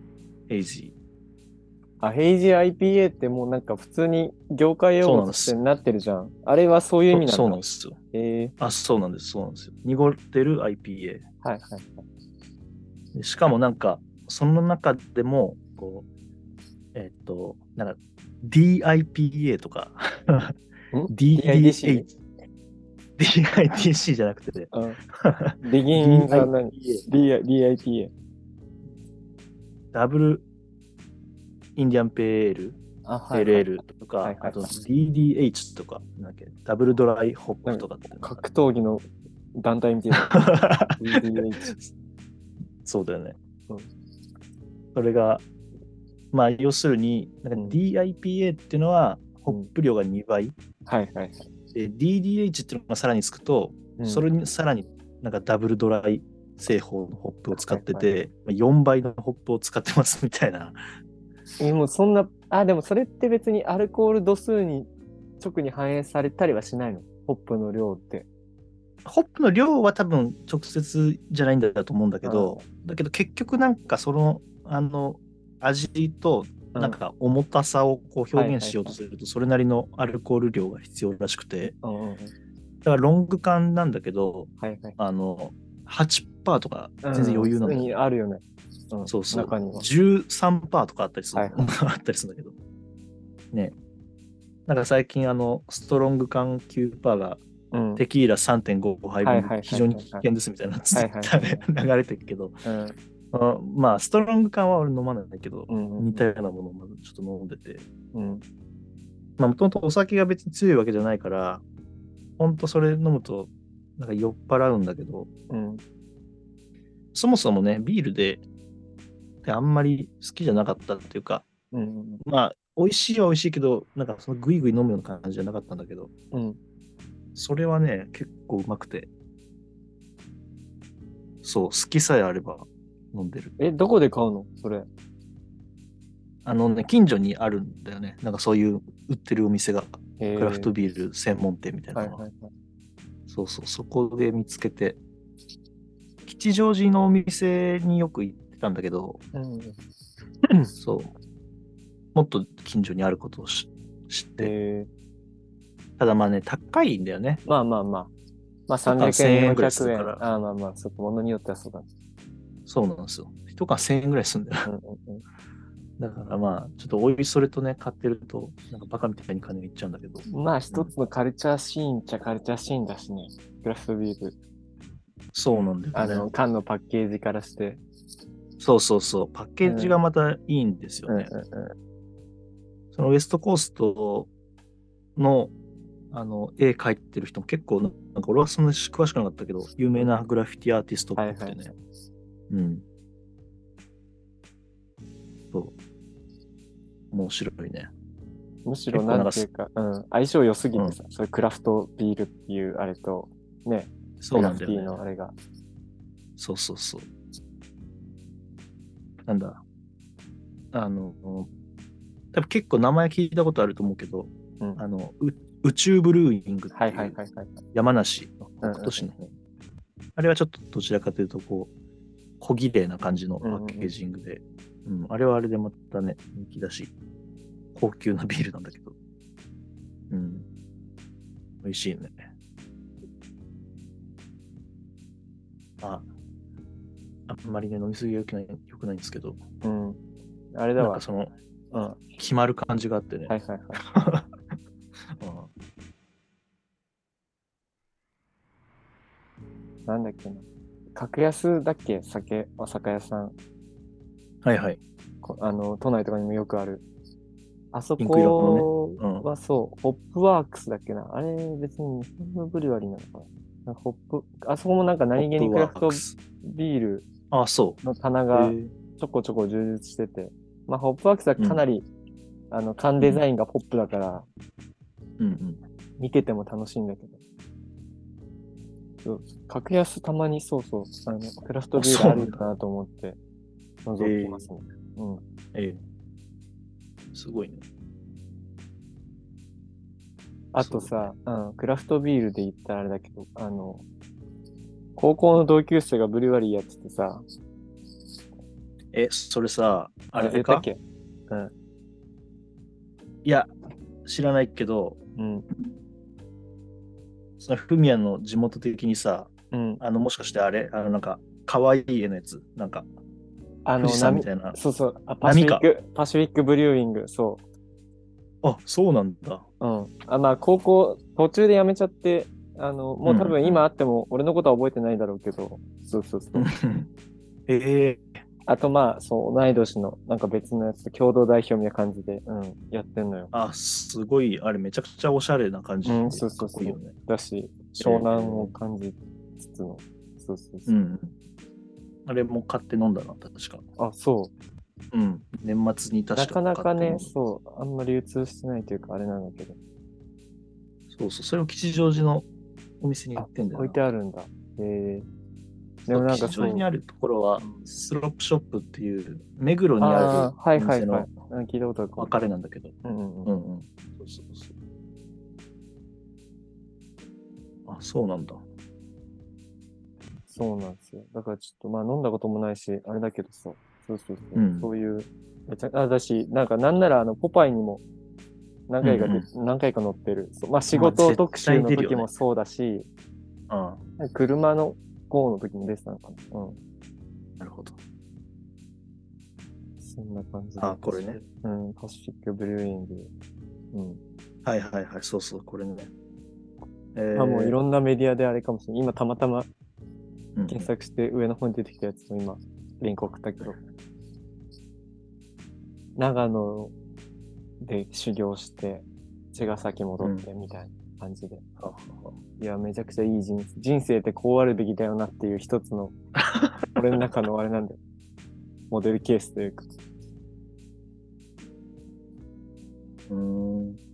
エイジあ、ヘイジー アイピーエー ってもうなんか普通に業界ー。 用そうなんです。 語としてなってるじゃん。あれはそういう意そ味なんだ。 そうなんですよ。 えあ、そうなんです。そうなんですよ。濁ってる アイピーエー、はいはいー。でしかもなんか、その中でも、こう、えっと、なんか ディーアイピーエー とかはい。んディーディーエイチ、 ?ディーアイディーシー？ ディーアイティーシー じゃなくて、 うん。ビギンザ何？ ディーアイピーエー、 D- ディーアイピーエー。 ダブルインディアンペール、 あ、はいはい。 エルエル とか、あとはいはいはい。 ディーディーエイチ とか、なんだっけ、ダブルドライホッなんかプとかっていうのが。 格闘技の団体みたいな。イーディーエイチ。 そうだよね。 うん。 それが、まあ、要するに、なんかうん。 ディーアイピーエー っていうのは、ホッうん。 プ量がにばい。 はいはいはい。 で、ディーディーエイチ っていうのがさらにつくと、 うん。 それにさらになんかダブルドライ製法のホップを使はいはい。 ってて、まあよんばいのホップを使ってますみたいな。 え、もうそんな、あ、でもそれって別にアルコール度数に直に反映されたりはしないの？ホップの量って。 ホップの量は多分直接じゃないんだと思うんだけうん。 ど、だけど結局なんかその、あの、味とうん。 なんか重たさをこうはい表現しようはいはい。 とすると、それなりのアルコール量が必要らしくて、 うんうんうん。 だからロング缶なんだけど、 はいはい。 あの、はちパーセントとか全然うん。普通余裕なんだよね。 にあるよね。うん。 そうそう。 中には。 じゅうさんパーセントとかあったりするの、 はいはい。 あったりするんだけど。ね。なんか最近あの、ストロング缶きゅうパーセントがうん。 テキーラさんてんごはいぶんではいはい非常に危はいはいはい。 険ですみたいなツイッはいはいターではいはい。 流れてるけど、 うん。 あまあ、ストロング缶は俺飲まないんだけど、 うんうん似たようなものをまずちょっと飲んでて、 うん。 まあ、もともとお酒が別に強いわけじゃないから、ほんとそれ飲むと、なんか酔っ払うんだけど、 うん。 そもそもね、ビールで、であんまり好きじゃなかったっていうか、 うん。 まあ、美味しいは美味しいけど、なんかそのグイグイ飲むような感じじゃなかったんだけど、 うん。 それはね、結構うまくて、そう、好きさえあれば飲んでる。 え、どこで買うのそれ？ あのね、近所にあるんだよね。なんかそういう売ってるお店が、 へクラフトえ。 ビール専門店みたいなのが。 はいはいはい。 そうそう、そこで見つけて、吉祥寺のお店によく行ってたんだけど、 うん。 そう、もっと近所にあることをし知っへて、 え。 ただまあね、高いんだよね。 まあまあまあ。まあ300 一缶1000 円、400 円ぐらいするか円。 ら、 ああまあまあ、そこ、ものによってはそうだね。 そうなんですよ。一缶せんえんぐらいするんだよ。 うんうんうん。 だからまあ、ちょっとおいそれとね、買ってると、なんかバカみたいに金がいっちゃうんだけど。 まあうん、 一つのカルチャーシーンっちゃカルチャーシーンだしね。クラフトビール。 そうなんだよね。 あの、缶のパッケージからして。 そうそうそう。パッケージがまたいいんですようんうんね。 うそのウエストコーストの、あの絵描いてる人も結構、なんか俺はそんなに詳しくなかったけど、有名ん。 なグラフィティアーティストっはいはい。 ぽくてね。うん。そう。面白いね。 むしろな結構なんかす、 んていうか、うん、相性良すぎうん。 てさ、そういうクラフトビールっていうあれと、ね、 そうクラフティーなんだよね。 のあれが。 そうそうそう。なんだ。あの、多分結構名前聞いたことあると思うけど、 うん。 あの、う宇宙ブルーイングっはいていうはいはいはい。 山梨のうん北杜市の方。あれはちょっとどちらかというと、こう、小綺麗な感じのパッケージングで、うん、あれはあれでまたね、人気だし、高級なビールなんだけど、うん、美味しいね。あ、あんまりね、飲みすぎは良くない、良くないんですけど、 うん。うん。あれだわ。 なんかその、 うん。は決まる感じがあってね。 いはいはい。 うんなんだっけな。格安だっけ酒、お酒屋さん。 はいはい。 こあの、都内とかにもよくある。あそピンク色のね。 こうん。 はそう、ホップワークスだっけな。あれ別に日本のブリュワリーなのかな。なんかホップ、あそこもなんか何気ポップにクラフトワークス。 ビールあ、その棚う。へがえ。 ちょこちょこ充実してて、まあ、ホップワークスはうん。 かなり、あの、缶うん。 デザインがポップだから、 うんうん。 見てても楽しいんだけど、そう格安たまにそうそう、あの、クラフトあ、 ビールあるそうなんだ。 なと思ってへえ。 覗きますね。うん。 ええ。すごいね。 あとそうね。 さ、うん、クラフトビールで言ったらあれだけど、あの、高校の同級生がブリュワリーやっててさ、 え、それさ、あれでか言ったっけ？うん。 いや、知らないけど、 うん。 そのフミヤの地元的にさ、 うん。 あの、もしかしてあれ、あの、なんか、可愛い絵のやつ、なんか、富士あの、波、 山みたいな、 そうそう、あ、パシ波か。 フィック、パシフィックブリューイング、そあ、そうなんだ。 う。うん。あ、まあ、高校、途中で辞めちゃって、あの、もうんう多分うん今あっても、俺のことは覚えてないだろうけど、そうそうそうん。 う。 ええあと、まあ、そう、同い年の、なんか別のやつ、共同代表みたいな感じで、うん、やってんのよ。 あ、すごい、あれめちゃくちゃおしゃれな感うん、 じで、 そうそうそう。 かっこいいよね。 だし、湘え南をえ感じつつの、そうそうそう。 うん。あれも買って飲んだな、確か。 あ、そうん。年末にう。な確かかなかね、 買って飲んだ。 そう、あんまり流通してないというか、あれなんだけど。 そうそう、それを吉祥寺のお店に売っあ、 てんだよな。 置いてあるんだ。えー、でそう、 もなんか吉祥寺にそあるところは、 う。うん、 スロップショップっていう、目黒にあるああ、はいはいはい。 お店のうん聞いたことあるかも。 別れなんだけど。 うんうんうん。 うんうん。そうそうそう。あ、そうなんだ。 そうなんですよ。だからちょっと、まあ飲んだこともないし、あれだけどさ、そうそうそう。 うんそういう、めちゃ、あ、だし、なんかなんならあの、ポパイにも何回かで、 うんう何回か乗ってる。そうまあ仕ん。まあ、 事絶特集の対出るよね。 時もそうだし、 うん。 車の号の時も出てたのかな。うん。 なるほど。 そんな感じで。 あ、これね。 うん、パシフィックブリューイング。うん。 はいはいはい。そうそう、これね。えまあもういー、 ろんなメディアであれかもしれない。今たまたまうんうん検索して上の方に出てきたやつと今、リンク送ったけど、長野で修行して、茅ヶ崎戻ってみたいな感じで。 はははいや、めちゃくちゃいい人生。人生ってこうあるべきだよなっていう一つの、俺の中のあれなんだよ。モデルケースというか。 うーん。い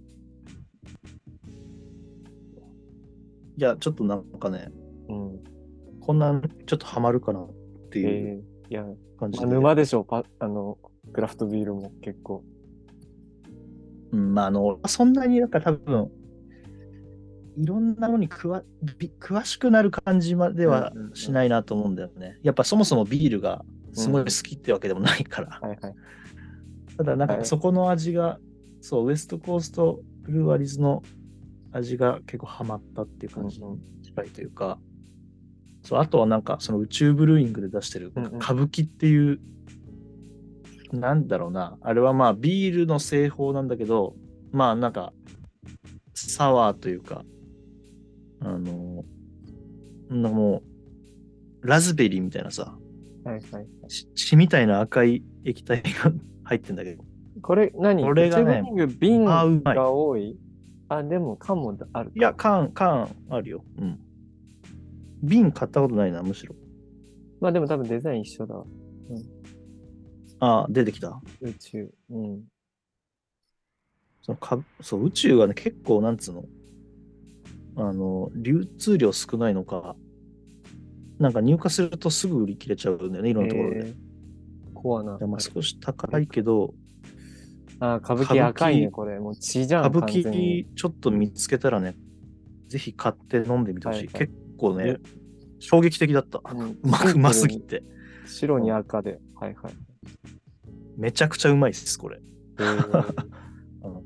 や、ちょっとなんかね、 うん。 こんなんちょっとハマるかなっていうえー、いや、まあ、 感じで。 沼でしょ、パ、あの、クラフトビールも結構。 うん、まあ、あの、そんなになんか多分、いろんなのにくわび詳しくなる感じまではうんうんうんしないなと思うんだよね。やっぱそもそもビールがすごいうんうん好きってわけでもないから。 はいはい。 ただなんはい。 かそこの味が、そう、ウエストコーストブルワリーズの味が結構ハマったっていう感じに近いというか、そう、あとはなんかその宇宙ブルーイングで出してるうんうん歌舞伎っていう、なんだろうな、あれはまあビールの製法なんだけど、まあなんかサワーというか、あの、なんかもうラズベリーみたいなさ、 はいはい。 血血みたいな赤い液体が入ってんだけど、 これ何、 これがね、 宇宙ブリングまあ瓶うまい。 が多い？あ、でも缶もあるか。 いや、缶、缶あるよ。うん。瓶買ったことないな、むしろ。 まあでも多分デザイン一緒だわ。 ああ、出てきた。 宇宙。うん。 そのかそう、宇宙はね、結構、なんつうの、あの、流通量少ないのか、なんか入荷するとすぐ売り切れちゃうんだよね、いろんなところで。 えー、コアな。 でまあ、少し高いけど、 あ、歌舞歌舞伎赤いね、 伎、 これ。もう血じゃん、 歌舞完全に。 伎ちょっと見つけたらね、ぜひ買って飲んでみてほしい。 はいはい結構ねえ、 衝撃的だった。 うんうまく、うますぎて。 白に赤で。はいはい。 めちゃくちゃうまいっす、これ。 えー、 うん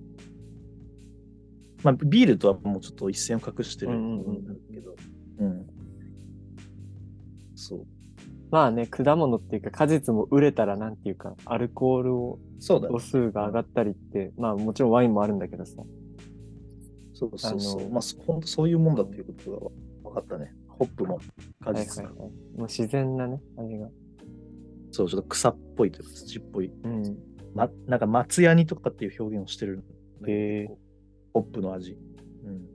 まあ、ビールとはもうちょっと一線を画してるうんうんうんんだけど、うん。そう。 まあね、果物っていうか果実も売れたらなんていうか、アルコールをそうだね度。数が上がったりって、まあもちろんワインもあるんだけどさ。 そうそうそう。 あのまあ、本当そういうもんだっていうことが分かったね。ホップも果はい実が。 はいはい。もう自然なね、味が。 そう、ちょっと草っぽいというか土っぽい。 うん。 ま、なんか松ヤニとかっていう表現をしてるんだけどへーこうホップの味。うん。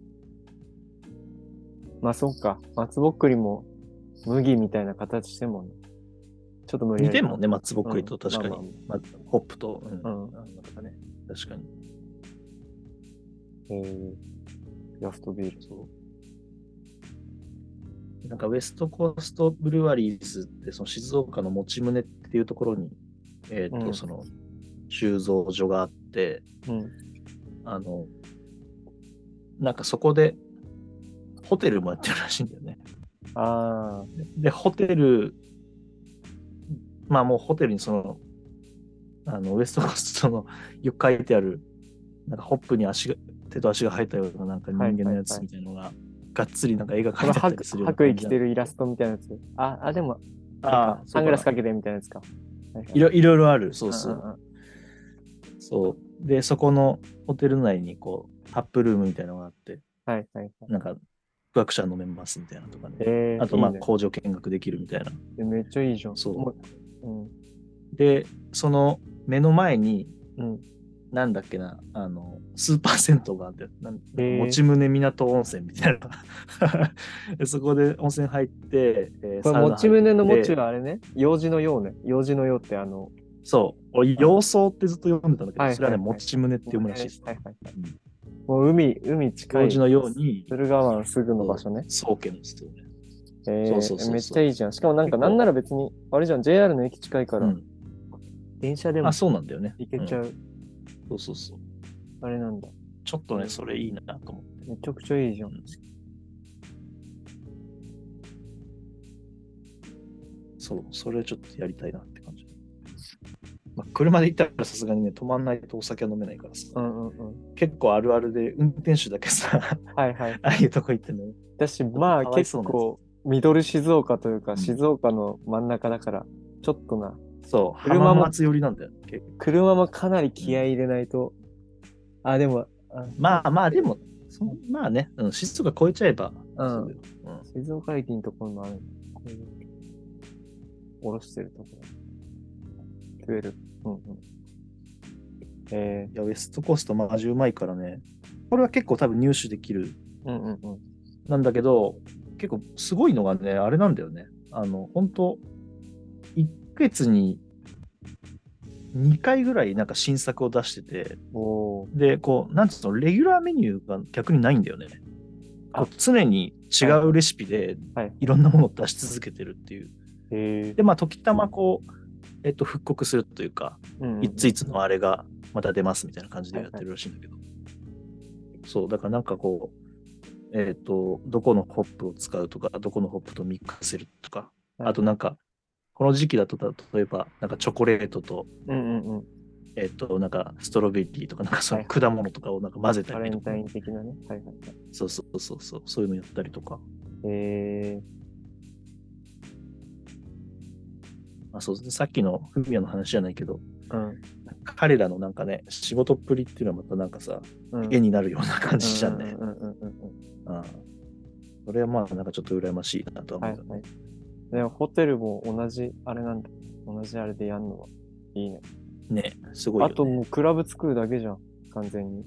まあそうか。松ぼっくりも麦みたいな形してもね。ちょっと無理やりか。 似てんもんね、松ぼっくりとうん確かに。 まあままあホップと。うん。 うんなんかね、確かに。 えー、クラフトビール。 そうなんかウエストコーストブルワリーズってその静岡の用宗っていうところに、えっ、と、 うんその収蔵所があって、 うん。 あの、なんかそこでホテルもやってるらしいんだよね。 ああ、 で、ホテルまあもうホテルにその、あのウエストコーストのよく書いてある、なんかホップに足が、手と足が生えたようななんか人間のやつみたいなのが、がっつりなんか絵がこの白描いてあったりするような白衣感じなの。 着てるイラストみたいなやつ。あ、あ、でも、あれあかあ、そサングラスかうかな。 けてみたいなやつか。はいはいいろいろいろある、そうそう。 うんうんうんそう。で、そこのホテル内にこう、タップルームみたいなのがあって、 はいはいはい。 なんか、宿泊者飲めますみたいなとかね。 えー、 あと、まあ、 いいね。 工場見学できるみたいな。 えめっちゃいいじゃん。 そもう、うん。 う。で、その目の前に、 うん。 なんだっけな、あの、スーパー銭湯があって、なんなんか、 えー、 持宗港温泉みたいな。でそこで温泉入って、えーこれ、 サウナ入っ持ち胸の持ちて、 はあれね、用事のようね。用事のようってあの、 そう、俺、 あ洋装ってずっと読んでたんだけど、それはね、 はいはいはい。 持宗って読むらしいえです。 ーはいはいはい。 うんもう海、海近い、 用事のように、 駿河湾すぐの場そう、 所ね。 宗家の人ね。そうそうえー、めっそうそう。 ちゃいいじゃん。しかもなんかなん結構、 なら別に、あれじゃん、ジェイアール の駅近いから、 うん。 電車であ、 もそうなんだよね。うん。 行けちゃう、 そうそうそう。 あれなんだ。 ちょっとね、それいいなと思って。 めちゃくちゃいいじゃん。 うんそう、それちょっとやりたいなって感じ。まあ、車で行ったらさすがにね、止まんないとお酒は飲めないからさ。 うんうんうん。 結構あるあるで、運転手だけさ、 はいはい。 ああいうとこ行ってね、 私、 ちょっとまあかわいそうなやつ。 結構、ミドル静岡というか、 うん静岡の真ん中だから、ちょっとな、 そう、浜車も、 松寄りなんだよ。結構車もかなり気合いうん入れないと、あ、でも、あ、 まあまあ、でも、そんまあね、うん、湿度が超えちゃえば、 うんそうだよ。うん静岡駅のところもある。こういう下ろしてるところ。じゅうに。うんうん。えいや、ウエストコーストマジうまいからね。これは結構多分入手できる。 ー、うんうんうん。 なんだけど、結構すごいのがね、あれなんだよね。あの、本当いっかげつににかいぐらいなんか新作を出してて、 おー。 で、こう、なんつうの、レギュラーメニューが逆にないんだよね。こあう常に違うレシピではい。 いろんなものを出し続けてるっていう。 えで、まあ、時たまこう、えっと、復刻するというか、 ー、うんうんうん。 いついつのあれがまた出ますみたいな感じでやってるらしいんだけど。そう、だからなんかこう、えっと、どこのホップを使うとか、どこのホップとミックスするとか、 はいあとなんか、この時期だと、例えば、なんかチョコレートと、 うんうんうん。 えっと、なんかストロベリーとか、なんかそのはいはい果物とかをなんか混ぜたりとか、 バレンタイン的なね。はいはいはい。 そうそうそうそう、そういうのやったりとか、 えまあ、そうさっきのフミヤの話じゃないけど、 ー、うん。 彼らのなんかね、仕事っぷりっていうのはまたなんかさ、 うん。 絵になるような感じじゃんね。 うんうんうんうんうん。 うん。それはまあなんかちょっと羨ましいなとは思うよね。 はいはい。でもホテルも同じ、あれなんだ。同じあれでやんのはいいね。 ね、すごいよね。 あともうクラブ作るだけじゃん。完全に。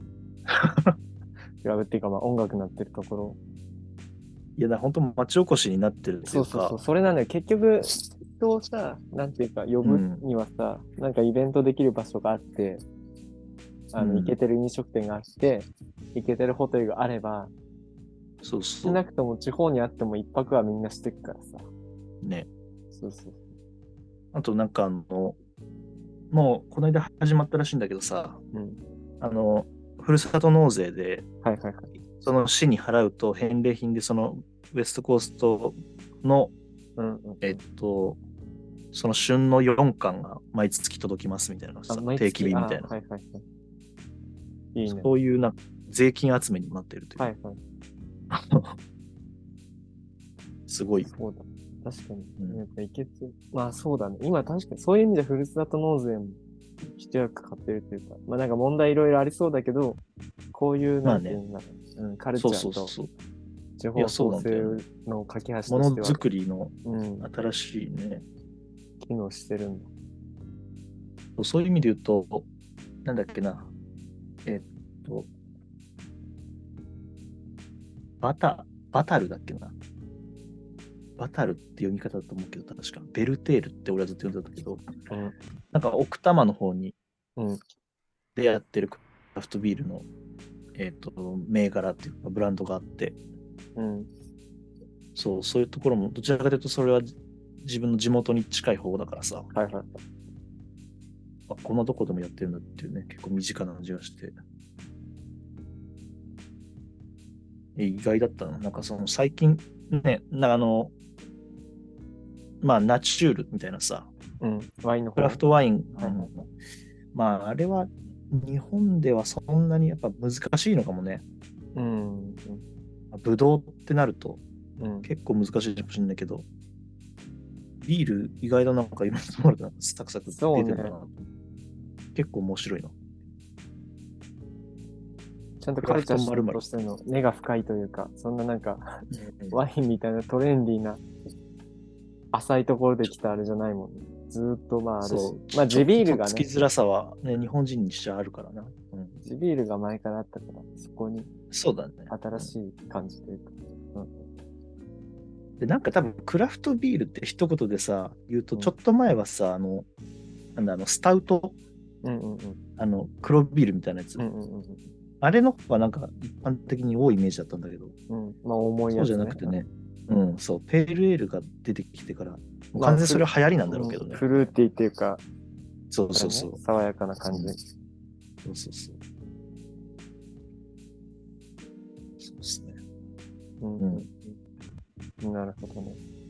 クラブっていうかまあ音楽なってるところ。 いや、だ本当町おこしになってるっていうか、 そうそうそう。それなんだよ。結局、人をさ、なんていうか、呼ぶうんにはさ、なんかイベントできる場所があって、あの、 うん行けてる飲食店があって、行けてるホテルがあれば、 そうそう。 少なくとも地方にあっても一泊はみんなしてくからさ。 ね。 そうそう。 あとなんかあの、もうこの間始まったらしいんだけどさ、 うん。 あの、ふるさと納税で、 はいはいはい。 その市に払うと返礼品でそのウエストコーストの、 うんうん。 えっと、その旬のよんかんが毎月届きますみたいなさ、 毎定期月便みたいな。 あはいはいはい。いいね。 そういうなんか税金集めにもなってるという。 はいはい。 すごい。 そうだ。確かに。 うんやっぱいけつ、まあそうだね。今確かにそういう意味でふるさと納税も一役買ってるというか、まあなんか問題いろいろありそうだけど、こういう、 まあねなんていうんだろう、うん、カルチそうャーとそうそうそう。 地いやそう方創生なんだよねの架け橋としてもは、 のづくりのうん、 新しいね。 機能してるんだ。 そういう意味で言うと、なんだっけな。えっと、バタ、バタルだっけな。バタルって読み方だと思うけど、確か。ベルテールって俺はずっと読んでたんだけど、 うん。 なんか奥多摩の方にうん。 でやってるクラフトビールの、えっと、銘柄っていうかブランドがあって、 うん。 そう、そういうところも、どちらかというとそれは自分の地元に近い方だからさ、 はいはい。 あこんなとこでもやってるんだっていうね、結構身近な味がして。意外だったな。なんかその最近ね、なんかあの、まあナチュールみたいなさ、 うん。ワインの方。 クラフトワイン。 はいはいうんまあ、あれは日本ではそんなにやっぱ難しいのかもね。 うん。 ブドウってなるとうん。 結構難しいかもしれないけど、ビール意外となんかいろんなところでなんかサクサクそうね出てるな。結構面白いな。 ちゃんとカルチャークラフト丸々 としての根が深いというか、そんななんか、 うんワインみたいなトレンディーな、浅いところで来たあれじゃないもんね。ずーっとまああるしそ。う。 まあ地ビールがね、 ちょっとつきづらさは、ね、日本人にしちゃあるからな。うん、 地ビールが前からあったから、そこにそうだね。 新しい感じというか。うんで、なんか多分クラフトビールって一言でさ、言うと、 うんちょっと前はさ、あの、なんだ、あの、スタウト、 うんうんうん。 あの、黒ビールみたいなやつ。 うんうんうんあれの方がなんか一般的に多いイメージだったんだけど、 うん。うん。まあ重いそうやつね。 じゃなくてね、うん、そう、ペールエールが出てきてから、もうまあ完全にそれは流行りなんだろうけどね。 うんフルーティーっていうか、 そうそうそう。 ね爽やかな感じ。 そうそうそう。そうですね。 うんうんうん、なるほどね。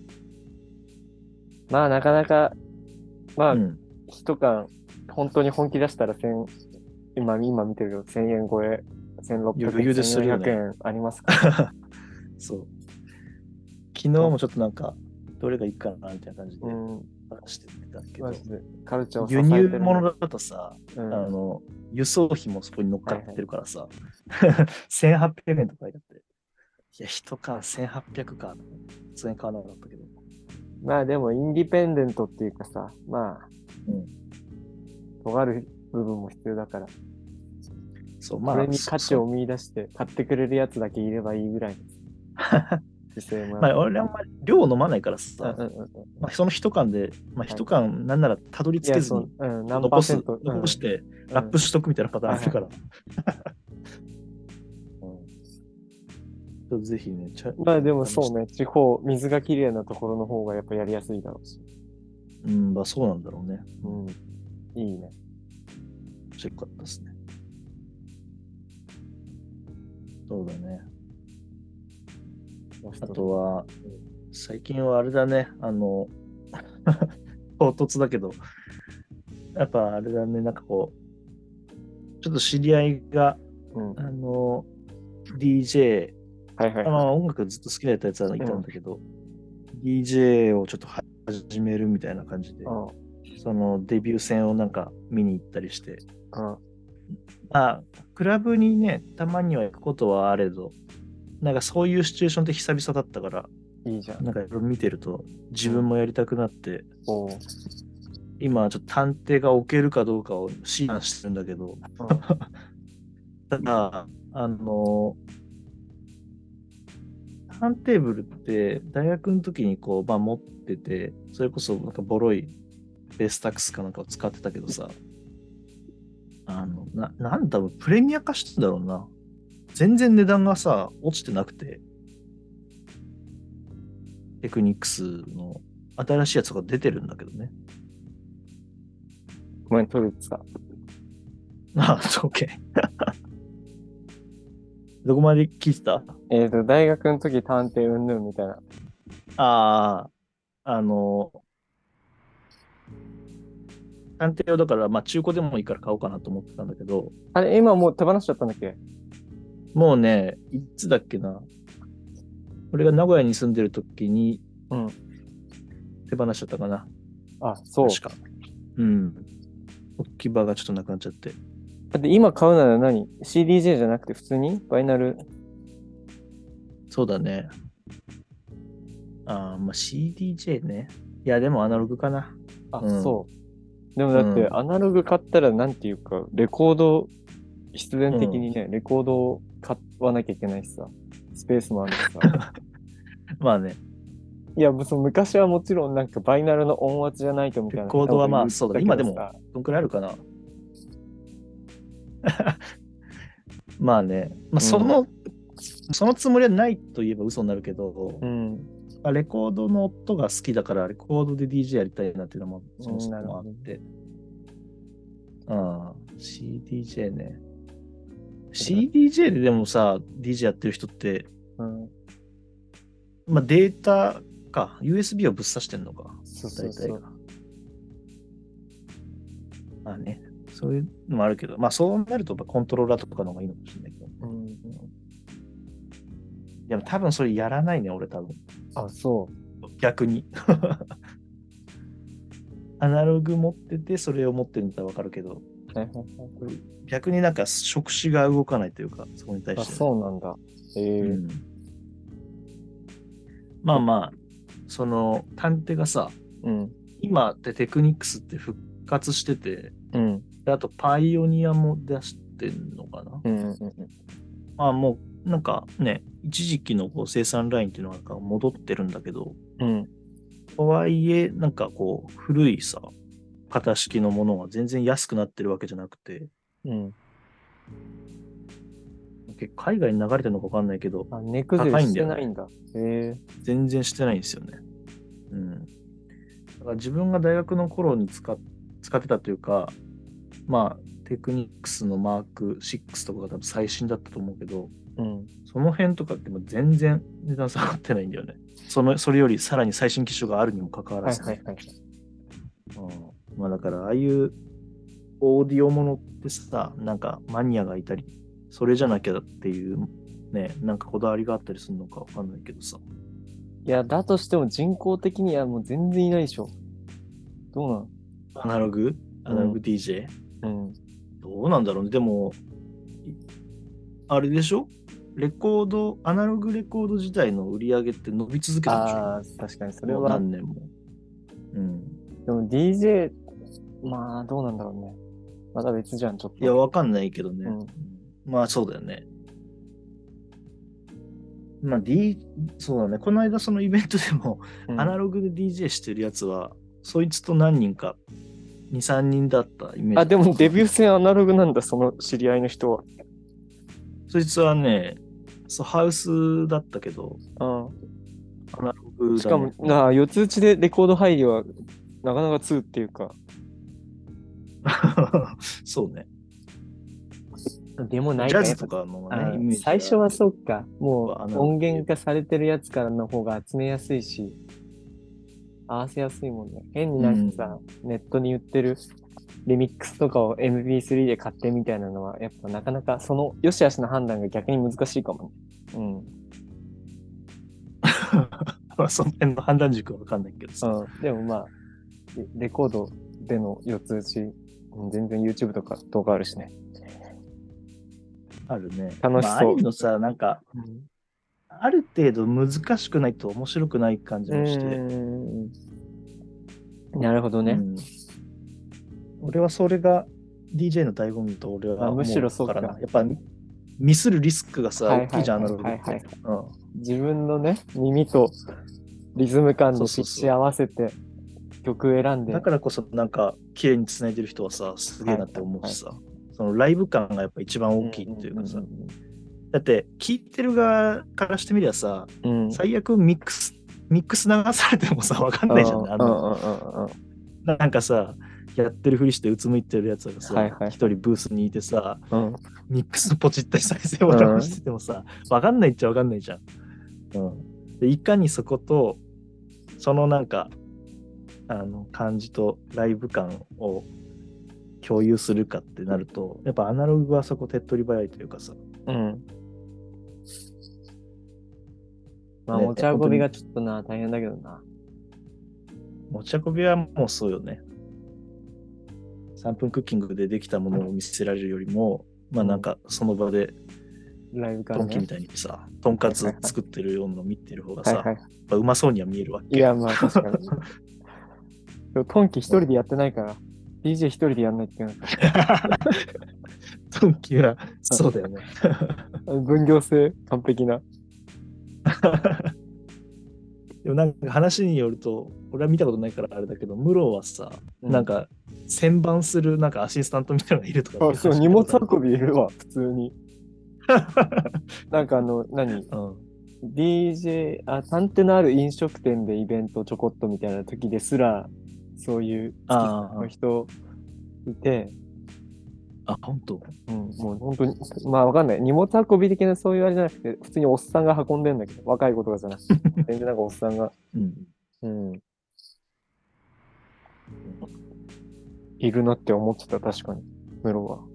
まあなかなか、まあ、 うん、 一缶、本当に本気出したら千、今、今見てるけど、せんえん超え、せんろっぴゃくえん、 余裕でするよねせんよんひゃくえんありますから。 そう。昨日もちょっとなんか、どれがいいかなみたいな感じでうん、 話してたけど、 マジで、カルチャーを支輸えてる入物だとさ、 うん、 あの、輸送費もそこに乗っかってるからさ、せんはっぴゃくえんとか書いてあって、いや、一缶せんはっぴゃくか、普通に買わなかったけど。 まあでも、インディペンデントっていうかさ、まあ、 うん。 尖る部分も必要だから、 そう、まあ、 これに価値をそう見出して買ってくれるやつだけいればいいぐらいです。姿勢もまあ、俺あんまり量飲まないからうんさ、 うんうんうんまあ、その一缶で、まあ、一缶なんならたどりいや、 着けずにそう、うん、何パ残す、 ーセント、 残してうんラップしとくみたいなパターンあるから。うん、ぜひね、ちゃまあでもそうね、地方、水がきれいなところの方がやっぱやりやすいだろうし。 うん、まあそうなんだろうね。 うん。いいね。 面白かったですね。そうだね。あとは、最近はあれだね、あの、唐突だけど、やっぱあれだね、なんかこう、ちょっと知り合いが、 うん。 あの、ディージェー、 はいはいあのは音楽ずっと好きだったやつはいたんだけど、ディージェー をちょっと始めるみたいな感じで、 い。うん。 そのデビュー戦をなんか見に行ったりして、 うん。 まあ、クラブにね、たまには行くことはあれど、なんかそういうシチュエーションって久々だったから、 いいじゃん。 なんかいろいろ見てると自分もやりたくなって、 おう。 今ちょっと探偵が置けるかどうかを思案してるんだけど、 うん。 ただ、あの、ターンテーブルって大学の時にこう、まあ、持ってて、それこそなんかボロいベースタックスかなんかを使ってたけどさ、あの、な、なんだろう、プレミア化してんだろうな。全然値段がさ、落ちてなくて、テクニックスの新しいやつが出てるんだけどね。 ごめん、トルツさ。 ああ、オッケー。どこまで聞いてた？ えっと、大学の時探偵うんぬんみたいな。 ああ、あの、探偵用だから、まあ中古でもいいから買おうかなと思ってたんだけど、 あれ、今もう手放しちゃったんだっけ？ もうね、いつだっけな。俺が名古屋に住んでる時にうん。 手放しちゃったかな。 あ、そう。 確か。うん。置き場がちょっとなくなっちゃって。 だって今買うなら何？ シーディージェー じゃなくて普通にバイナル？ そうだね。ああ、まあ シーディージェー ね。いや、でもアナログかな。 あ、 うんそう。でもだってうんアナログ買ったらなんていうか、レコード、必然的にね、レコードを買わなきゃいけないしさ、スペースもあるしさ。 まあね、 いや、その昔はもちろんなんかバイナルの音圧じゃないとみたいな。 レコードはまあそうだね。今でも言ったけどんくらいあるかな。まあね、まあその、うん、そのつもりはないと言えば嘘になるけど、 うんまあ、レコードの音が好きだからレコードで ディージェー やりたいなっていうのもそもそもあって。うん、シーディージェー ね。シーディージェー ででもさ、ディージェー やってる人って、 うん、 まあデータか、ユーエスビー をぶっ刺してんのか。 そうそうそう。 まあね、そういうのもあるけど、まあそうなるとやっぱコントローラーとかの方がいいのかもしれないけど。 うん。 でも多分それやらないね、俺多分。 あ、そ逆に。アナログ持ってて、それを持ってるんだったらわかるけど、 う。はいはいはい。 逆になんか触手が動かないというか、そこに対あ、 してね。 そうなんだ。ええー。 うん、まあまあ、その探偵がさ、 うん。 今ってテクニックスって復活してて、 うん。 であとパイオニアも出してんのかな。 うん。うん。 まあもうなんかね、一時期のこう生産ラインっていうのがなんか戻ってるんだけど、 うん。 とはいえ、なんかこう、古いさ、型式のものが全然安くなってるわけじゃなくて、 うん。 結構海外に流れてるのかわかんないけど、 あ、値崩れし高いんだよね。 てないんだ。ええ全然してないんですよね。うん。だから自分が大学の頃に使っ使ってたというか、まあ、テクニックスのマークろくとかが多分最新だったと思うけど、 ー。うん。そその辺とかってもう全然値段下がってないんだよね。その、それよりさらに最新機種があるにもかかわらずね。 はいはいはい。 うん、まあだから、ああいうオーディオものってさ、なんかマニアがいたり、それじゃなきゃっていうね、なんかこだわりがあったりするのかわかんないけどさ。 いや、だとしても人口的にはもう全然いないでしょ。どうなんアナログアナログ ディージェー、 うん。 どうなんだろうね。でも、あれでしょ、レコード、アナログレコード自体の売り上げって伸び続けてるでしょ、 ああ、確かにそれもうは。 何年も。うん。 でも ディージェー、まあどうなんだろうね。まだ別じゃん、ちょっいや、 と。 わかんないけどね。 うん。 まあ、そうだよね。まあ、D、そうだね。この間そのイベントでも、 うん、 アナログで ディージェー してるやつは、そいつと何人か、に、さんにんだったイメーあ、 ジだった。 でもデビュー戦アナログなんだ、その知り合いの人は。 そいつはね、そう、ハウスだったけど、 うアナログん。しかも、 だね。 なあ、四つ打ちでレコード入りは、なかなかツーっていうか。 そうね。 でもないか、 ジャズやっぱ、 とかのね、 あイメージが最初はそうか。もアナう音ログっていう。 源化されてるやつからの方が集めやすいし、合わせやすいもんね。変になんかさ、ネットに売ってるリミックスとかを エムピースリー で買ってみたいなのは、やっぱなかなかその良し悪しの判断が逆に難しいかもね。うん。 まあ、その辺の判断軸はわかんないけどさ。 うん。でもまあ、レレコードでの四つ打ち、うん全然 YouTube とか動画あるしね。 あるね。 楽しまあ、ああいそう。 うのさ、なんか、ある程度難しくないと面白くない感じうもして。 ん。なるほどね。 うん。俺はそれが ディージェー の醍醐味と俺は思あむしろうからな。 そうか。 やっぱミスるリスクがさ、 はい大きいじゃん、アはいはいナログって。 はいはい。 うん。 自分のね、耳とリズム感そうでピッチそうそう。 合わせて曲選んで。 だからこそなんか綺麗に繋いでる人はさ、すげはいえなって思うはい。 しさ、そのライブ感がやっぱ一番大きいっていうかさ、だって聞いてる側からしてみりゃさ、 うん。うん。 最悪ミックス、ミックス流されてもさ、わかんないじゃんね、あんなの。 うんうんうんうん。 なんかさ、やってるふりしてうつむいてるやつがさ、 はいはい。 一人ブースにいてさ、 うん。 ミックスのポチった再生ボタン押しててもさ、わかんないっちゃわかんないじゃん。うん。で、いかにそこと、そのなんか、あの、感じとライブ感を共有するかってなると、やっぱアナログはそこ手っ取り早いというかさ。 うん。まあ、 ね、 持ち運びがちょっとな、大変だけどな。 持ち運びはもうそうよね。さんぷんクッキングでできたものを見せられるよりも、まあなんかその場でライブ感ね。 ドンキみたいにさ、とんかつ作ってるようなのを見てる方がさ、 はいはい。 やっぱうまそうには見えるわけ。 いや、まあ確かに。でもトンキ一人でやってないから、ディージェー 一人でやんないっていうのか。 ドンキはそうだよね。 分業制完璧な。 でもなんか話によると、俺は見たことないからあれだけど、ムロはさ、 うんなんか旋盤するなんかアシスタントみたいなのがいるとかってあ、そう、 話荷物聞いたこと運びいるわ、普通に。なんかあの、何ある。うん。 ディージェー、あ、探偵のある飲食店でイベントちょこっとみたいな時ですら、そういう付き添いの人いて、 あ、本当。 うん、もう本当に、まあわかんない。荷物運び的なそういうあれじゃなくて、普通におっさんが運んでんだけど、若い子とかじゃなくて、全然なんかおっさんが、 うん。 うん。 いるなって思ってた、確かに、ムロは。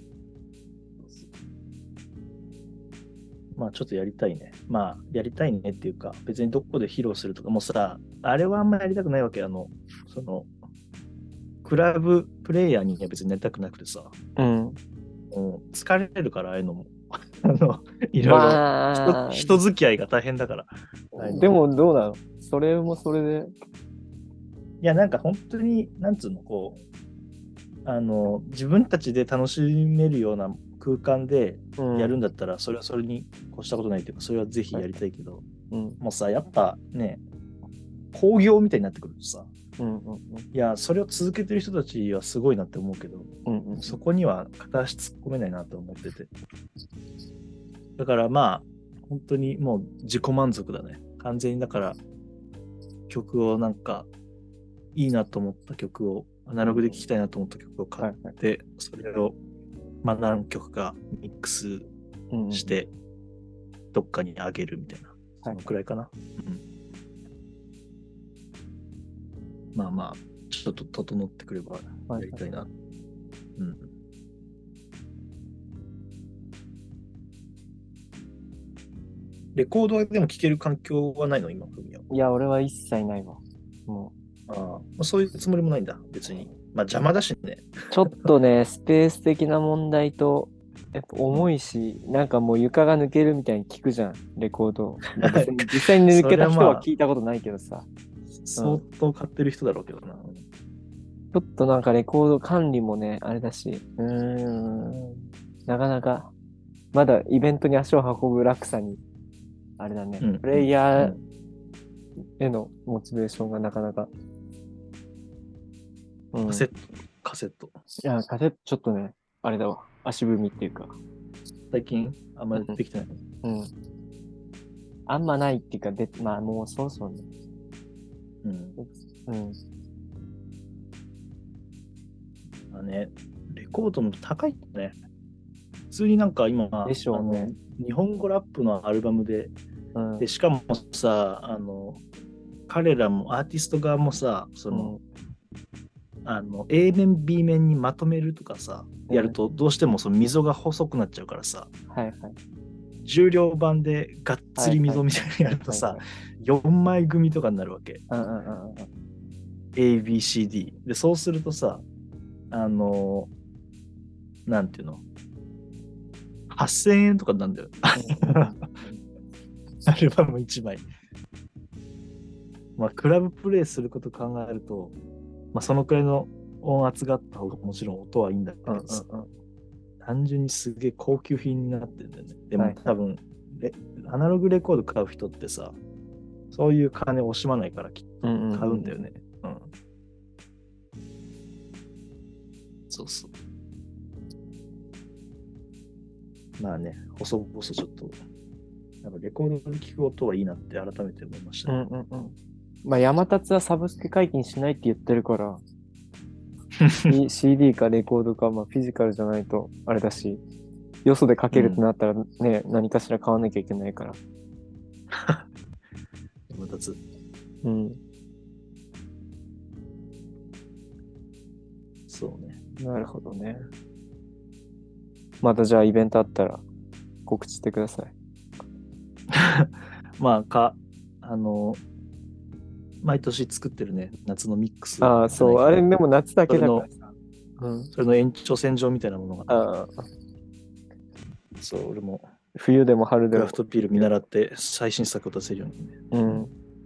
まあちょっとやりたいね。まあやりたいねっていうか、別にどこで披露するとか、もうさ、あれはあんまやりたくないわけ。あの、その、クラブプレイヤーには別になりたくなくてさ、 うん。 もう疲れるから、ああいうのも。あの、いろいろ人、 まあ、 人付き合いが大変だから。ああいうのでもどうなの？それもそれで。 いや、なんか本当に、なんつうの、こう、あの、自分たちで楽しめるような空間でうん。 やるんだったら、それはそれに越したことないというか、それはぜひやりたいけど、 うん。 もうさ、やっぱね、興行みたいになってくるとさ、 うんうんいや、それを続けてる人たちはすごいなって思うけど、 うんうん。 そこには片足突っ込めないなと思ってて。だからまあ、本当にもう自己満足だね。完全にだから、曲をなんか、いいなと思った曲を、アナログで聴きたいなと思った曲を買って、 はいはいそれを、まあ何曲かミックスうんうん。 して、どっかにあげるみたいな、そはいのくらいかな。うん、まあまあ、ちょっと整ってくればやりたいな。うん。レコードはでも聴ける環境はないの今、ふみは。 いや、俺は一切ないわ。もああ、まあ、そういうつもりもないんだ、別に。まあ邪魔だしね。 う、ちょっとね、スペース的な問題と、やっぱ重いし、なんかもう床が抜けるみたいに聞くじゃん、レコード。まあ別に実際に抜けた人は聞いたことないけどさ。 相当買ってる人だろうけどな。 ちょっとなんかレコード管理もね、あれだし、うーん、なかなか、まだイベントに足を運ぶ落差に、あれだね、 うんプレイヤーうんへのモチベーションがなかなか。うん、 カセット、カセット。 いや、カセットちょっとね、あれだわ、足踏みっていうか、 最近あんまり出てきてない。 うん。あんまないっていうか、で、まあもうそうそうね。 うん。 うん。 まあね、レコードも高いね。普通になんか今、 でしょうね。 あの日本語ラップのアルバムで、 うん。 でしかもさ、あの、彼らもアーティスト側もさ、その、 うん、 あの A 面 B 面にまとめるとかさ、 うん、 やるとどうしてもその溝が細くなっちゃうからさ、 はいはい。 重量版でがっつり溝みたいにやるとさ、 はいはいよんまい組とかになるわけ。 うんうんうんうん。 A、B、C、D。で、そうするとさ、あの、なんていうの ?はっせんえんとかなんだよ。アルバムいちまい。まあ、クラブプレイすること考えると、まあ、そのくらいの音圧があった方がもちろん音はいいんだけどさ、 うんうんうん、 単純にすげえ高級品になってるんだよね。でも、 はい、 多分レ、アナログレコード買う人ってさ、そういう金惜しまないからきっと買うんだよね。うん、うんうん。そうそう。まあね、細々ちょっと、なんかレコードで聴く音はいいなって改めて思いましたね。 うんうんうん。まあ、山立はサブスク解禁しないって言ってるから、シーディー かレコードか、まあ、フィジカルじゃないとあれだし、よそでかけるってなったらね、うん、何かしら買わなきゃいけないから。 山立。 うん。 そうね。 なるほどね。またじゃあイベントあったら告知してください。 まあ、か、あの、毎年作ってるね、夏のミックス。 ああ、そう、あれでも夏だけだからさ。 うん、それの延長線上みたいなものが、 ああ、 そう、俺も冬でも春でも。 クラフトビール見習って最新作を出せるようにね。 うん。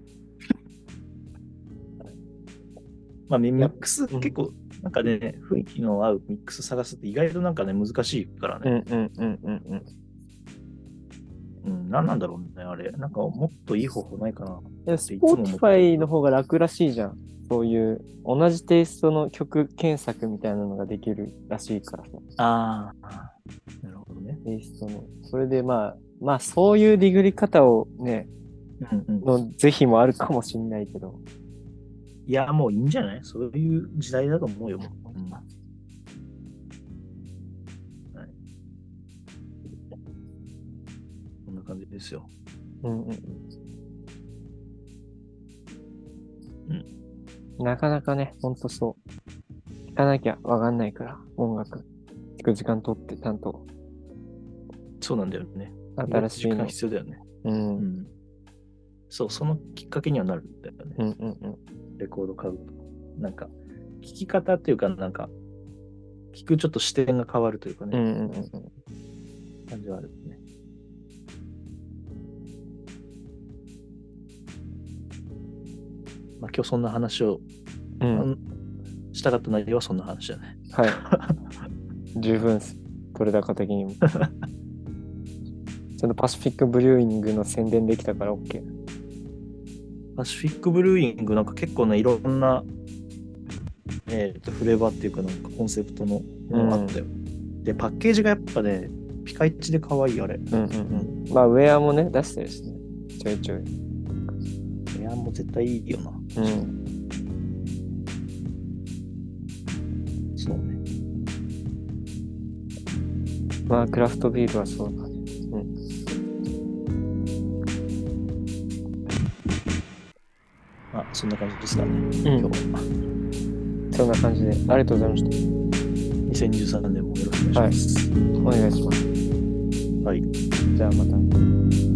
まあ、ミックス結構、なんかね、雰囲気の合うミックス探すって意外となんかね、難しいからね。 うんうんうんうんうん。 うん、何なんだろうね、あれ。なんかもっといい方法ないかな。 いや、スポーティファイの方が楽らしいじゃん。そういう同じテイストの曲検索みたいなのができるらしいからさ。 ああ、なるほどね。 テイストの。それでまあ、まあそういうディグり方をね、 うんうん、 の是非もあるかもしれないけど。 いや、もういいんじゃない？そういう時代だと思うよ。うんはい、こんな感じですよ。 うんうんうん、 なかなかね、ほんとそかなきゃわかんないから、音楽聴く時間取ってちゃんとそうなんだよね。 新しいの時間。必要だよね。 うん。 ううんん。そう、そのきっかけにはなるんだよね。 うんうん。 レコード買うと。なんか、聴き方っていうか、なんか、聴くちょっと視点が変わるというかね、 うんうんうんうん。 感じはあるね。まあ今日そんな話を、 うん、 うんしたかった内容はそんな話だね。 はい。十分です。取れ高的にも。ちゃんとパシフィックブリューイングの宣伝できたから OK。 パシフィックブルーイングなんか結構ね、いろんな、えーとフレーバーっていうかなんかコンセプトのものあったよ。で、パッケージがやっぱね、ピカイチで可愛いあれ。 うんうんうん。まあ、ウェアもね、出してるしね。ちょいちょい。 いや、もう絶対いいよな。 うん。 そうね。 まあ、クラフトビールはそうだね。うん。 まあ、そんな感じですかね。 うん今日は。 そんな感じで、ありがとうございましにせんにじゅうさんねんもよろしくお願いします。 た。お願いします。 はい。 じゃあまた。